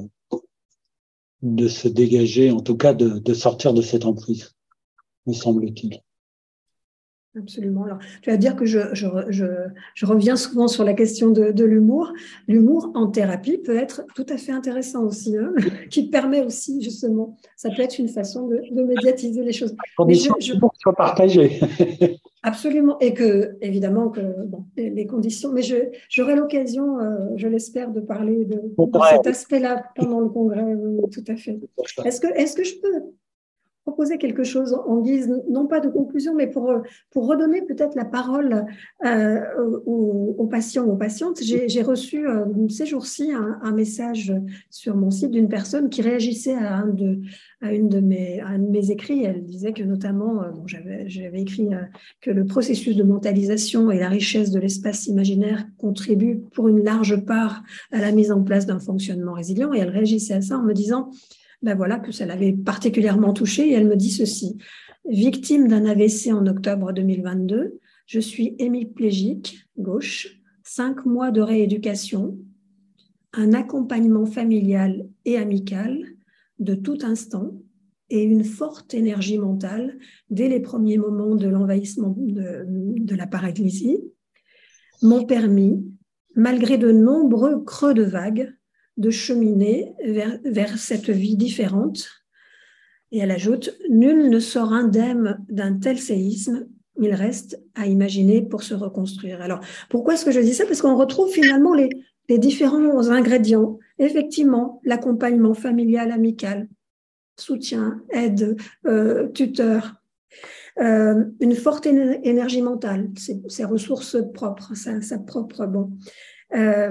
de se dégager, en tout cas de, de sortir de cette emprise, me semble-t-il. Absolument. Alors, tu vas dire que je, je, je, je reviens souvent sur la question de, de l'humour. L'humour en thérapie peut être tout à fait intéressant aussi, hein, qui permet aussi, justement, ça peut être une façon de, de médiatiser les choses. Condition Mais je, je... pour que ce soit partagé. Absolument. Et que, évidemment, que bon, les conditions. Mais je, j'aurai l'occasion, euh, je l'espère, de parler de, de cet aspect-là pendant le congrès. Oui, tout à fait. Est-ce que, est-ce que je peux proposer quelque chose en guise, non pas de conclusion, mais pour, pour redonner peut-être la parole euh, aux, aux patients, aux patientes. J'ai, j'ai reçu euh, ces jours-ci un, un message sur mon site d'une personne qui réagissait à un de, à une de, mes, à un de mes écrits. Elle disait que notamment, euh, bon, j'avais, j'avais écrit euh, que le processus de mentalisation et la richesse de l'espace imaginaire contribuent pour une large part à la mise en place d'un fonctionnement résilient. Et elle réagissait à ça en me disant... Ben voilà, que ça l'avait particulièrement touchée, et elle me dit ceci. Victime d'un A V C en octobre deux mille vingt-deux, je suis hémiplégique gauche, cinq mois de rééducation, un accompagnement familial et amical de tout instant et une forte énergie mentale dès les premiers moments de l'envahissement de, de la paralysie m'ont permis, malgré de nombreux creux de vagues, de cheminer vers, vers cette vie différente. Et elle ajoute, nul ne sort indemne d'un tel séisme, il reste à imaginer pour se reconstruire. Alors, pourquoi est-ce que je dis ça? Parce qu'on retrouve finalement les, les différents ingrédients. Effectivement, l'accompagnement familial, amical, soutien, aide, euh, tuteur, euh, une forte énergie mentale, ses, ses ressources propres, sa, sa propre, bon... Euh,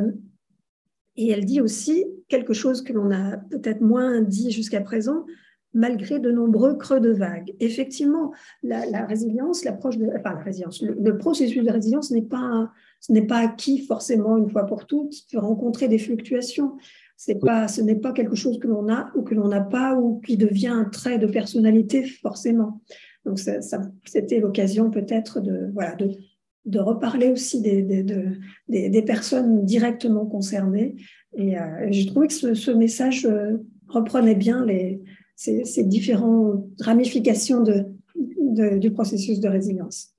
Et elle dit aussi quelque chose que l'on a peut-être moins dit jusqu'à présent, malgré de nombreux creux de vagues. Effectivement, la, la résilience, l'approche de, enfin la résilience, le, le processus de résilience n'est pas, ce n'est pas acquis forcément une fois pour toutes. Tu peux rencontrer des fluctuations. C'est pas, ce n'est pas quelque chose que l'on a ou que l'on n'a pas ou qui devient un trait de personnalité forcément. Donc ça, ça, c'était l'occasion peut-être de, voilà, de de reparler aussi des, des, de, des, des personnes directement concernées. Et euh, j'ai trouvé que ce, ce message euh, reprenait bien les, ces, ces différentes ramifications de, de, du processus de résilience.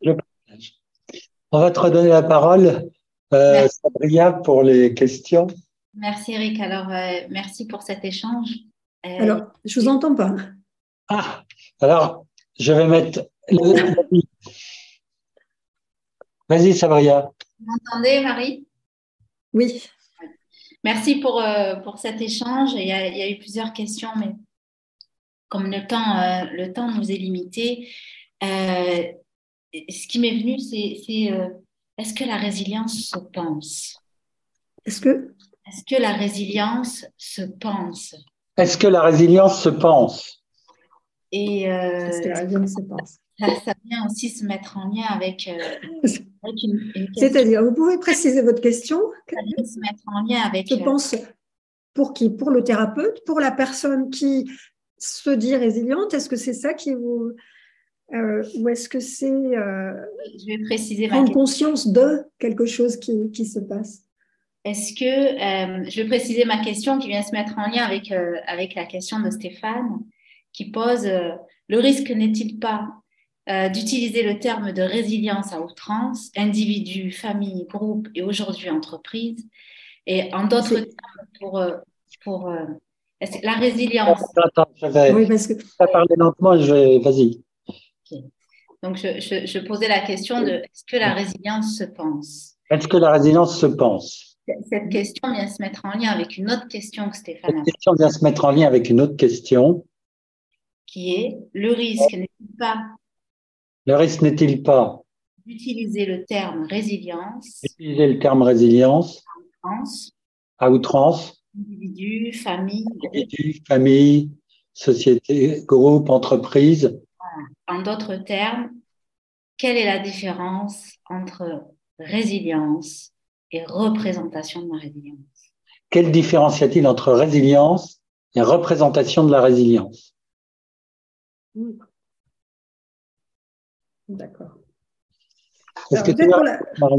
On va te redonner la parole, euh, Sabrina, pour les questions. Merci Eric. Alors, euh, merci pour cet échange. Euh, Alors, je vous entends pas. Ah, alors, je vais mettre... Vas-y, Sabria. vous m'entendez, Marie? Oui. Merci pour, euh, pour cet échange. Il y a, il y a eu plusieurs questions, mais comme le temps, euh, le temps nous est limité, euh, ce qui m'est venu, c'est, c'est euh, est-ce que la résilience se pense? Est-ce que, Est-ce que la résilience se pense? Est-ce que la résilience se pense? Et est-ce que euh, la résilience se pense? ça, ça vient aussi se mettre en lien avec, euh, avec une, une question. C'est-à-dire, vous pouvez préciser votre question? Ça vient se mettre en lien avec. Je pense pour qui? Pour le thérapeute? Pour la personne qui se dit résiliente? Est-ce que c'est ça qui vous... Euh, ou est-ce que c'est euh, Je vais préciser ma prendre question. conscience de quelque chose qui, qui se passe? Est-ce que euh, je vais préciser ma question qui vient se mettre en lien avec, euh, avec la question de Stéphane qui pose euh, le risque n'est-il pas euh, d'utiliser le terme de résilience à outrance, individu, famille, groupe et aujourd'hui entreprise, et en d'autres C'est- termes pour, euh, pour euh, est-ce que la résilience. Attends, je vais Oui, parce que je vais parler lentement, je vais... Vas-y. Ok. Donc je, je, je posais la question de est-ce que la résilience se pense? Est-ce que la résilience se pense? Cette question vient se mettre en lien avec une autre question que Stéphane Cette a posée, question vient se mettre en lien avec une autre question. qui est le risque n'est-il pas Le risque n'est-il pas d'utiliser le terme résilience d'utiliser le terme résilience en France, à outrance, individu, famille, groupe, individu, famille, société, groupe, entreprise? en d'autres termes, quelle est la différence entre résilience et représentation de la résilience? Quelle différence y a-t-il entre résilience et représentation de la résilience? D'accord. Est-ce Alors, que tu peut-être as... pour la...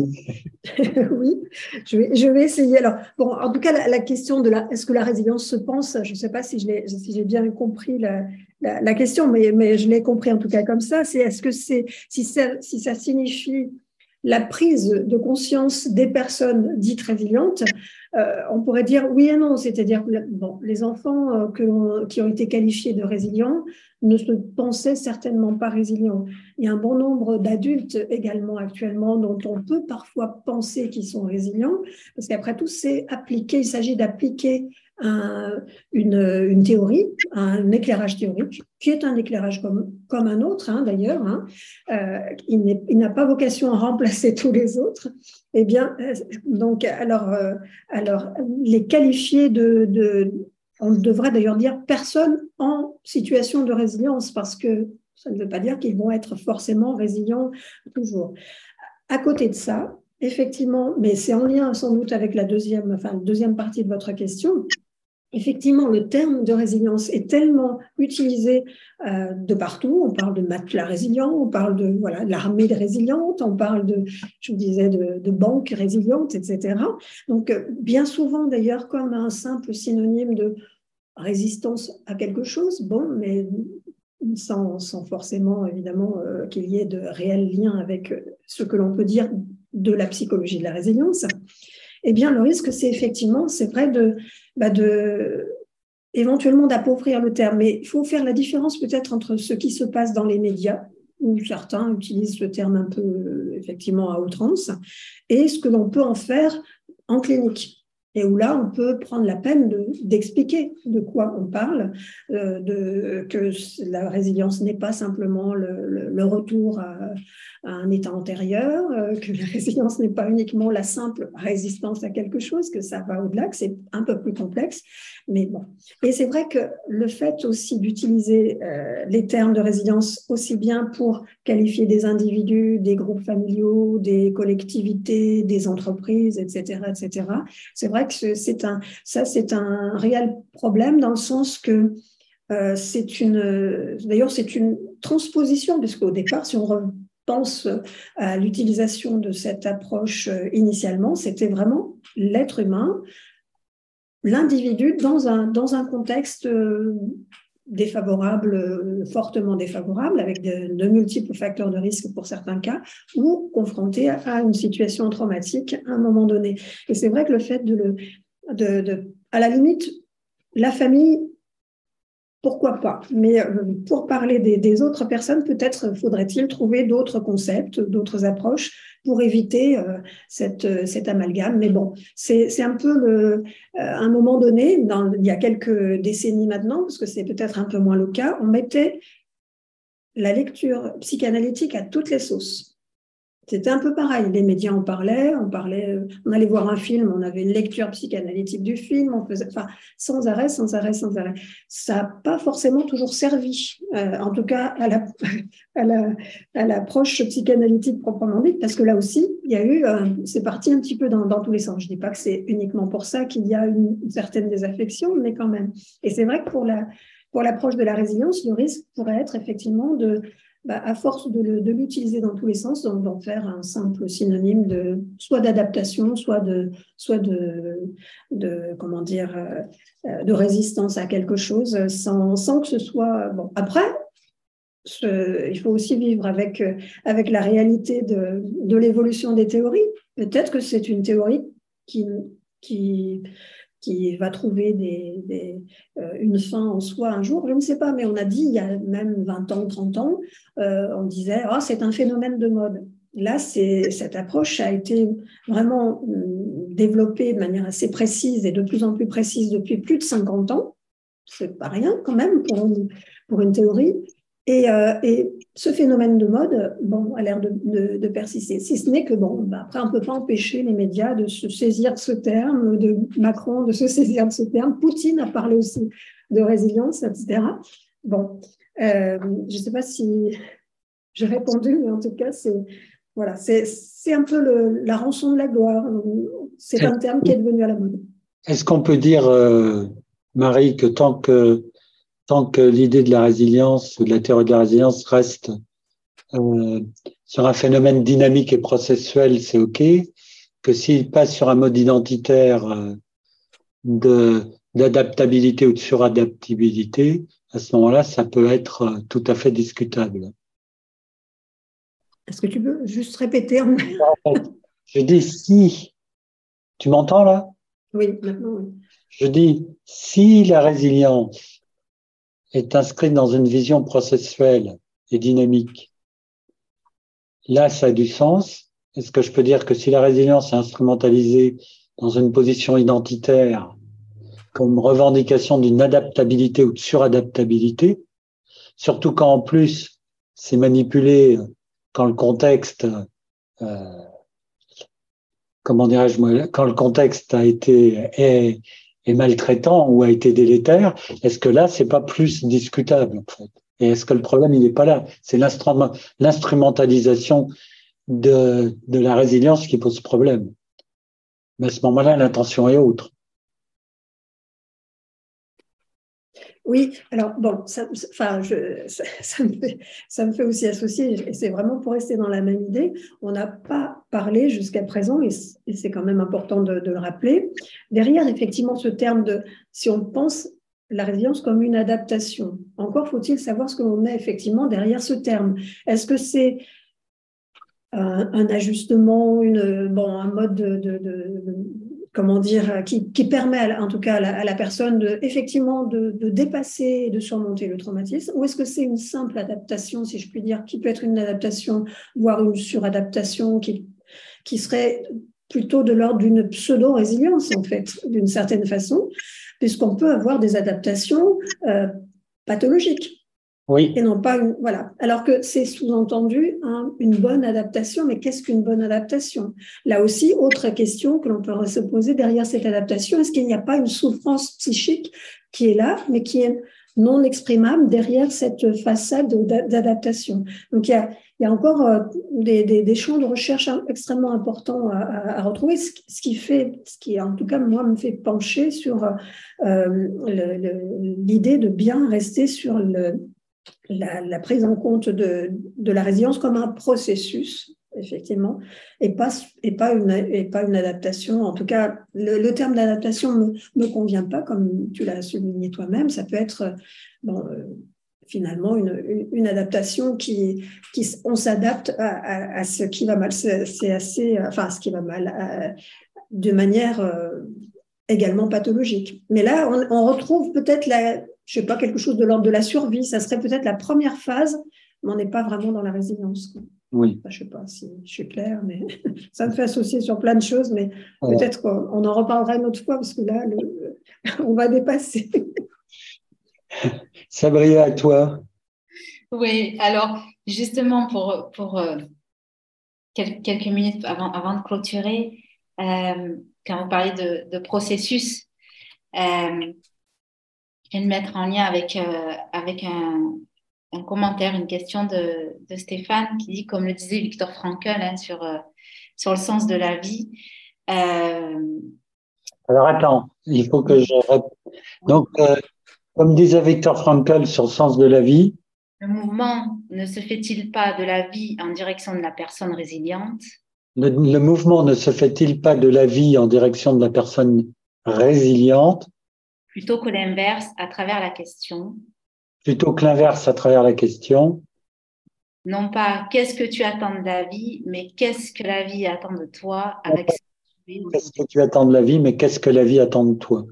oui, je vais, je vais essayer. Alors, bon, en tout cas, la, la question de la, est-ce que la résilience se pense, je ne sais pas si je l'ai, si j'ai bien compris la, la, la question, mais, mais je l'ai compris en tout cas comme ça. C'est est-ce que c'est, si ça, si ça signifie la prise de conscience des personnes dites résilientes, euh, on pourrait dire oui et non. C'est-à-dire, bon, les enfants euh, que l'on, qui ont été qualifiés de résilients ne se pensaient certainement pas résilients. Il y a un bon nombre d'adultes également actuellement dont on peut parfois penser qu'ils sont résilients, parce qu'après tout, c'est appliqué, il s'agit d'appliquer un, une, une théorie, un éclairage théorique, qui est un éclairage comme, comme un autre hein, d'ailleurs. Hein. Euh, il, n'est, il n'a pas vocation à remplacer tous les autres. Eh bien, donc, alors, euh, alors les qualifier de... de on devrait d'ailleurs dire personne en situation de résilience, parce que ça ne veut pas dire qu'ils vont être forcément résilients toujours. À côté de ça, effectivement, mais c'est en lien sans doute avec la deuxième, enfin, la deuxième partie de votre question, effectivement, le terme de résilience est tellement utilisé euh, de partout. On parle de matelas résilient, on parle de voilà, de l'armée résiliente, on parle de, je vous disais, de, de banques résilientes, et cetera. Donc, euh, bien souvent, d'ailleurs, comme un simple synonyme de résistance à quelque chose, bon, mais sans, sans forcément, évidemment, euh, qu'il y ait de réels liens avec ce que l'on peut dire de la psychologie de la résilience, eh bien, le risque, c'est effectivement, c'est vrai, de, bah de, éventuellement d'appauvrir le terme. Mais il faut faire la différence peut-être entre ce qui se passe dans les médias, où certains utilisent le terme un peu, effectivement, à outrance, et ce que l'on peut en faire en clinique. Et où là, on peut prendre la peine de, d'expliquer de quoi on parle, euh, de, que la résilience n'est pas simplement le, le, le retour à, à un état antérieur, euh, que la résilience n'est pas uniquement la simple résistance à quelque chose, que ça va au-delà, que c'est un peu plus complexe. Mais bon. Et c'est vrai que le fait aussi d'utiliser euh, les termes de résilience aussi bien pour qualifier des individus, des groupes familiaux, des collectivités, des entreprises, et cetera, et cetera, c'est vrai que c'est un, ça, c'est un réel problème dans le sens que euh, c'est une, d'ailleurs, c'est une transposition, puisqu'au départ, si on repense à l'utilisation de cette approche euh, initialement, c'était vraiment l'être humain, l'individu dans un, dans un contexte euh, défavorable, euh, fortement défavorable, avec de, de multiples facteurs de risque pour certains cas, ou confronté à, à une situation traumatique à un moment donné. Et c'est vrai que le fait de le, de, de, à la limite, la famille pourquoi pas. Mais euh, pour parler des, des autres personnes, peut-être faudrait-il trouver d'autres concepts, d'autres approches pour éviter euh, cette, cet amalgame. Mais bon, c'est, c'est un peu le, euh, à un moment donné, dans, il y a quelques décennies maintenant, parce que c'est peut-être un peu moins le cas, on mettait la lecture psychanalytique à toutes les sauces. C'était un peu pareil. Les médias en parlaient, on parlait, on allait voir un film, on avait une lecture psychanalytique du film, on faisait, enfin, sans arrêt, sans arrêt, sans arrêt. Ça n'a pas forcément toujours servi, euh, en tout cas à la, à la, à l'approche psychanalytique proprement dite, parce que là aussi, il y a eu, euh, c'est parti un petit peu dans, dans tous les sens. Je dis pas que c'est uniquement pour ça qu'il y a une, une certaine désaffection, mais quand même. Et c'est vrai que pour la, pour l'approche de la résilience, le risque pourrait être effectivement de Bah, à force de, le, de l'utiliser dans tous les sens, d'en, d'en faire un simple synonyme de soit d'adaptation, soit de, soit de, de comment dire, euh, de résistance à quelque chose, sans, sans que ce soit bon. Après, ce, il faut aussi vivre avec avec la réalité de, de l'évolution des théories. Peut-être que c'est une théorie qui qui qui va trouver des, des, euh, une fin en soi un jour, je ne sais pas, mais on a dit il y a même vingt ans, trente ans, euh, on disait oh, c'est un phénomène de mode. Là, c'est, cette approche a été vraiment euh, développée de manière assez précise et de plus en plus précise depuis plus de cinquante ans. C'est pas rien quand même pour une, pour une théorie. Et, euh, et ce phénomène de mode, bon, a l'air de, de, de persister. Si ce n'est que, bon, bah après, on ne peut pas empêcher les médias de se saisir de ce terme, de Macron de se saisir de ce terme. Poutine a parlé aussi de résilience, et cetera. Bon, euh, je ne sais pas si j'ai répondu, mais en tout cas, c'est, voilà, c'est, c'est un peu le, la rançon de la gloire. C'est un terme qui est devenu à la mode. Est-ce qu'on peut dire, euh, Marie, que tant que tant que l'idée de la résilience ou de la théorie de la résilience reste euh, sur un phénomène dynamique et processuel, c'est OK, que s'il passe sur un mode identitaire euh, de, d'adaptabilité ou de suradaptabilité, à ce moment-là, ça peut être euh, tout à fait discutable. Est-ce que tu peux juste répéter en... Je dis si. Tu m'entends là? Oui, maintenant, oui. Je dis si la résilience est inscrite dans une vision processuelle et dynamique, là, ça a du sens. Est-ce que je peux dire que si la résilience est instrumentalisée dans une position identitaire comme revendication d'une adaptabilité ou de suradaptabilité, surtout quand en plus c'est manipulé quand le contexte, euh, comment dirais-je moi, quand le contexte a été est, est maltraitant ou a été délétère, est-ce que là c'est pas plus discutable en fait? Et est-ce que le problème il n'est pas là? C'est l'instrument, l'instrumentalisation de, de la résilience qui pose problème. Mais à ce moment-là, l'intention est autre. Oui, alors bon, ça, enfin, je, ça, ça, me fait, ça me fait aussi associer, et c'est vraiment pour rester dans la même idée, on n'a pas parlé jusqu'à présent, et c'est quand même important de, de le rappeler, derrière effectivement ce terme de, si on pense la résilience comme une adaptation, encore faut-il savoir ce que l'on met effectivement derrière ce terme. Est-ce que c'est un, un ajustement, une, bon, un mode de, de, de, de comment dire, qui, qui permet en tout cas à la, à la personne de, effectivement de, de dépasser et de surmonter le traumatisme, ou est-ce que c'est une simple adaptation, si je puis dire, qui peut être une adaptation, voire une suradaptation, qui, qui serait plutôt de l'ordre d'une pseudo-résilience, en fait, d'une certaine façon, puisqu'on peut avoir des adaptations euh, pathologiques. Oui. Et non pas une, voilà. Alors que c'est sous-entendu hein, une bonne adaptation, mais qu'est-ce qu'une bonne adaptation? Là aussi, autre question que l'on peut se poser derrière cette adaptation, est-ce qu'il n'y a pas une souffrance psychique qui est là, mais qui est non exprimable derrière cette façade d'adaptation? Donc il y a, il y a encore euh, des, des, des champs de recherche extrêmement importants à, à, à retrouver, ce, ce qui fait, ce qui en tout cas moi me fait pencher sur euh, l'idée de bien rester sur le La, la prise en compte de, de la résilience comme un processus, effectivement, et pas, et pas, une, et pas une adaptation. En tout cas, le, le terme d'adaptation ne me, me convient pas, comme tu l'as souligné toi-même. Ça peut être bon, euh, finalement une, une, une adaptation qui, qui on s'adapte à, à, à ce qui va mal. C'est, c'est assez, enfin, ce qui va mal à, de manière euh, également pathologique. Mais là, on, on retrouve peut-être la je ne sais pas, quelque chose de l'ordre de la survie. Ça serait peut-être la première phase, mais on n'est pas vraiment dans la résilience, quoi. Oui. Enfin, je ne sais pas si je suis claire, mais ça me fait associer sur plein de choses, mais Ouais. peut-être qu'on en reparlera une autre fois, parce que là, le, on va dépasser. Sabrina, à toi. Oui, alors justement, pour, pour euh, quel- quelques minutes avant, avant de clôturer, euh, quand vous parlez de, de processus, euh, je viens de mettre en lien avec, euh, avec un, un commentaire, une question de, de Stéphane qui dit, comme le disait Viktor Frankl, hein, sur, euh, sur le sens de la vie. Euh, Alors attends, il faut que je réponde. Donc, euh, comme disait Viktor Frankl sur le sens de la vie, le mouvement ne se fait-il pas de la vie en direction de la personne résiliente? le, le mouvement ne se fait-il pas de la vie en direction de la personne résiliente, Plutôt que l'inverse, à travers la question, plutôt que l'inverse à travers la question, non pas qu'est-ce que tu attends de la vie, mais qu'est-ce que la vie attend de toi avec ce que tu es qu'est-ce aujourd'hui. que tu attends de la vie, mais qu'est-ce que la vie attend de toi?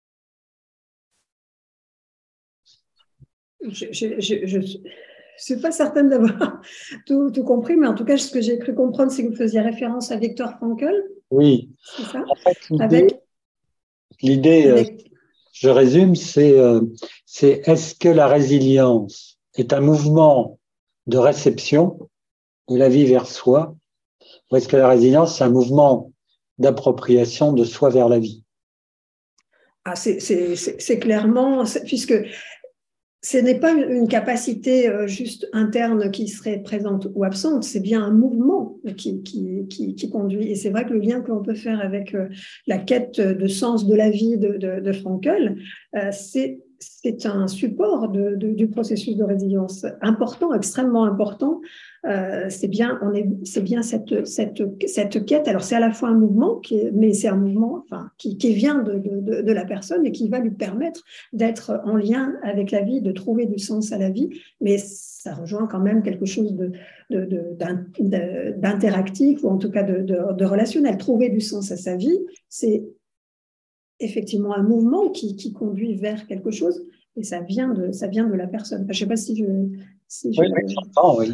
Je ne suis pas certaine d'avoir tout, tout compris, mais en tout cas, ce que j'ai cru comprendre, c'est que vous faisiez référence à Viktor Frankl, Oui, c'est ça? en fait, l'idée, Avec, l'idée euh, avec... je résume, c'est euh, c'est est-ce que la résilience est un mouvement de réception de la vie vers soi, ou est-ce que la résilience, c'est un mouvement d'appropriation de soi vers la vie? Ah, c'est, c'est, c'est, c'est clairement, c'est, puisque ce n'est pas une capacité juste interne qui serait présente ou absente, c'est bien un mouvement qui, qui, qui, qui conduit. Et c'est vrai que le lien que l'on peut faire avec la quête de sens de la vie de, de, de Frankl, c'est, c'est un support de, de, du processus de résilience important, extrêmement important. Euh, c'est bien, on est, c'est bien cette, cette, cette quête. Alors c'est à la fois un mouvement, qui est, mais c'est un mouvement, enfin, qui, qui vient de, de, de la personne et qui va lui permettre d'être en lien avec la vie, de trouver du sens à la vie. Mais ça rejoint quand même quelque chose de, de, de, d'interactif ou en tout cas de, de, de relationnel. Trouver du sens à sa vie, c'est effectivement un mouvement qui, qui conduit vers quelque chose. Et ça vient de, ça vient de la personne. Enfin, je ne sais pas si je... Si je... Oui, oui, j'entends, oui.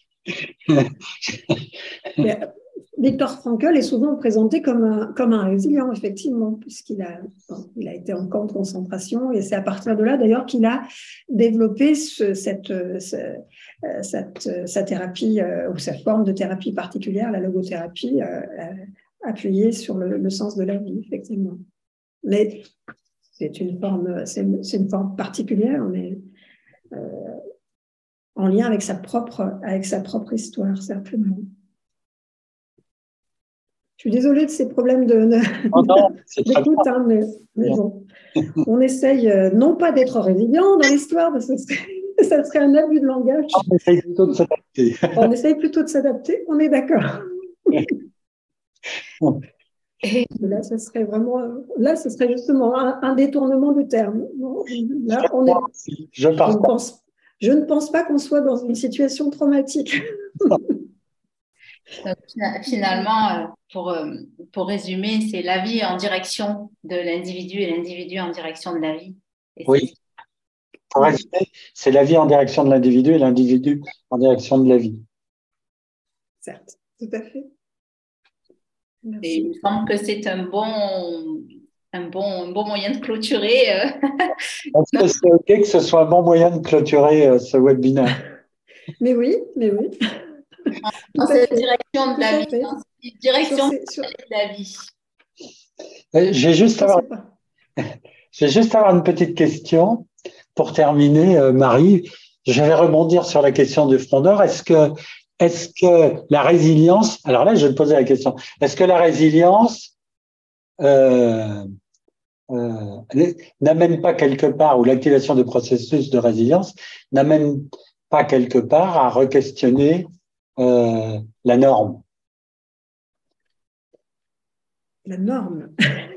Mais Viktor Frankl est souvent présenté comme un, comme un résilient, effectivement, puisqu'il a, bon, il a été en camp de concentration, et c'est à partir de là, d'ailleurs, qu'il a développé ce, cette, ce, cette, sa thérapie, euh, ou sa forme de thérapie particulière, la logothérapie, euh, appuyée sur le, le sens de la vie, effectivement. Mais c'est une forme, c'est une, c'est une forme particulière, mais euh, en lien avec sa propre, avec sa propre histoire, certainement. Je suis désolée de ces problèmes de, de, Oh non, c'est très d'écoute, hein, mais, mais bon, on essaye euh, non pas d'être résilient dans l'histoire, parce que ça serait, ça serait un abus de langage. On essaye plutôt de s'adapter. On essaye plutôt de s'adapter, on est d'accord. Là, ce serait vraiment, là, ce serait justement un, un détournement du terme. Là, on est, je, je, ne pense, je ne pense pas qu'on soit dans une situation traumatique. Donc, finalement, pour, pour résumer, c'est la vie en direction de l'individu et l'individu en direction de la vie. Et oui. Pour résumer, c'est la vie en direction de l'individu et l'individu en direction de la vie. Certes, tout à fait. Merci. Et il me semble que c'est un bon, un bon, un bon moyen de clôturer. Euh... Est-ce que c'est OK que ce soit un bon moyen de clôturer euh, ce webinaire? Mais oui, mais oui. Dans cette direction de la vie. Dans cette direction ces, sur... de la vie. J'ai juste, avoir... juste avoir une petite question pour terminer, euh, Marie. Je vais rebondir sur la question du frondeur. Est-ce que, est-ce que la résilience, alors là, je vais te poser la question, est-ce que la résilience euh, euh, n'amène pas quelque part, ou l'activation du processus de résilience n'amène pas quelque part à re-questionner euh, la norme? La norme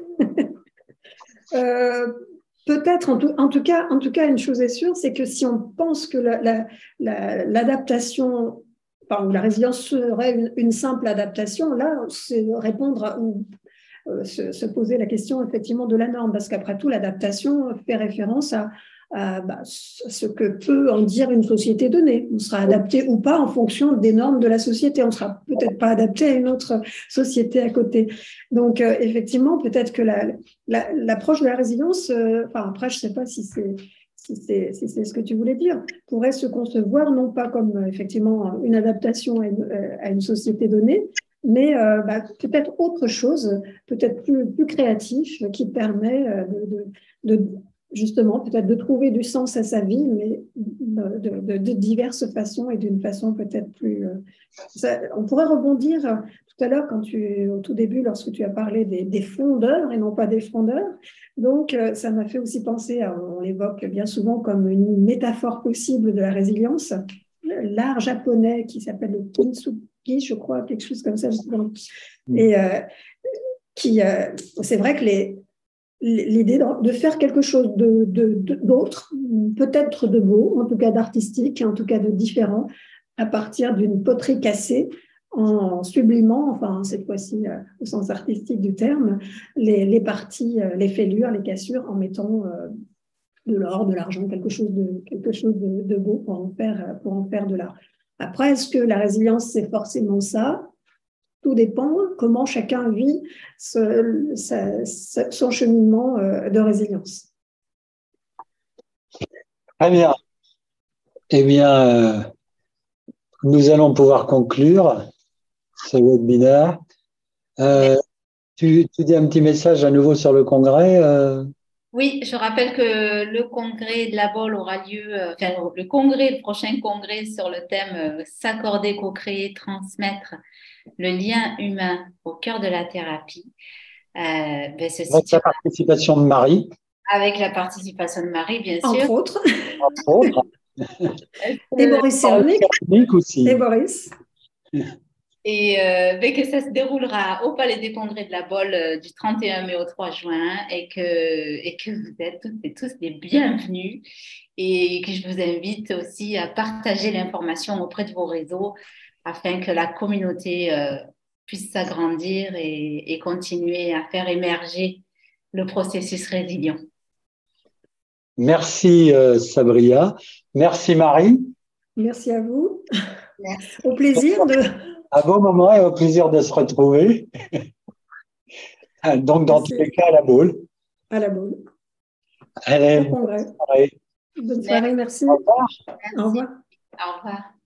euh, Peut-être, en tout, en, tout cas, en tout cas, une chose est sûre, c'est que si on pense que la, la, la, l'adaptation, enfin, ou la résilience serait une, une simple adaptation, là, c'est répondre à, ou euh, se, se poser la question effectivement de la norme, parce qu'après tout, l'adaptation fait référence à, à bah, ce que peut en dire une société donnée. On sera adapté ou pas en fonction des normes de la société. On ne sera peut-être pas adapté à une autre société à côté. Donc, euh, effectivement, peut-être que la, la, l'approche de la résilience, euh, enfin, après, je ne sais pas si c'est si c'est si c'est ce que tu voulais dire, pourrait se concevoir non pas comme euh, effectivement une adaptation à une, euh, à une société donnée, mais euh, bah, peut-être autre chose, peut-être plus, plus créatif, qui permet euh, de, de, de justement peut-être de trouver du sens à sa vie, mais de, de, de, de diverses façons et d'une façon peut-être plus... Euh, ça, on pourrait rebondir euh, tout à l'heure quand tu, au tout début, lorsque tu as parlé des, des fondeurs et non pas des frondeurs. Donc, euh, ça m'a fait aussi penser, à, on l'évoque bien souvent comme une métaphore possible de la résilience, l'art japonais qui s'appelle le kintsugi, je crois, quelque chose comme ça. Et euh, qui, euh, c'est vrai que les, l'idée de faire quelque chose de, de, de, d'autre, peut-être de beau, en tout cas d'artistique, en tout cas de différent, à partir d'une poterie cassée, en sublimant, enfin cette fois-ci euh, au sens artistique du terme, les, les parties, euh, les fêlures, les cassures, en mettant euh, de l'or, de l'argent, quelque chose de, quelque chose de, de beau pour en faire, pour en faire de l'art. Après, est-ce que la résilience, c'est forcément ça? Tout dépend comment chacun vit ce, sa, sa, son cheminement de résilience. Très bien. Eh bien, euh, nous allons pouvoir conclure ce webinaire. Euh, tu, tu dis un petit message à nouveau sur le congrès euh... Oui, je rappelle que le congrès de la B O L aura lieu, euh, enfin, le congrès, le prochain congrès sur le thème euh, s'accorder, co-créer, transmettre le lien humain au cœur de la thérapie. Euh, ben, se Avec la participation de Marie. Avec la participation de Marie, bien Entre sûr. Autres. Entre autres. Et Boris Cyrulnik. aussi. Et Boris. Et euh, ben que ça se déroulera au Palais des Congrès de la B O L euh, du trente et un mai au trois juin et que, et que vous êtes toutes et tous les bienvenus et que je vous invite aussi à partager l'information auprès de vos réseaux afin que la communauté euh, puisse s'agrandir et, et continuer à faire émerger le processus résilient. Merci euh, Sabria. Merci Marie. Merci à vous. Merci. Au plaisir de... Un beau moment et au plaisir de se retrouver. Donc, dans tous les cas, à la B O L. À la B O L. Allez, au congrès. Bonne soirée. Bonne soirée, merci. Au revoir. Merci. Au revoir. Au revoir.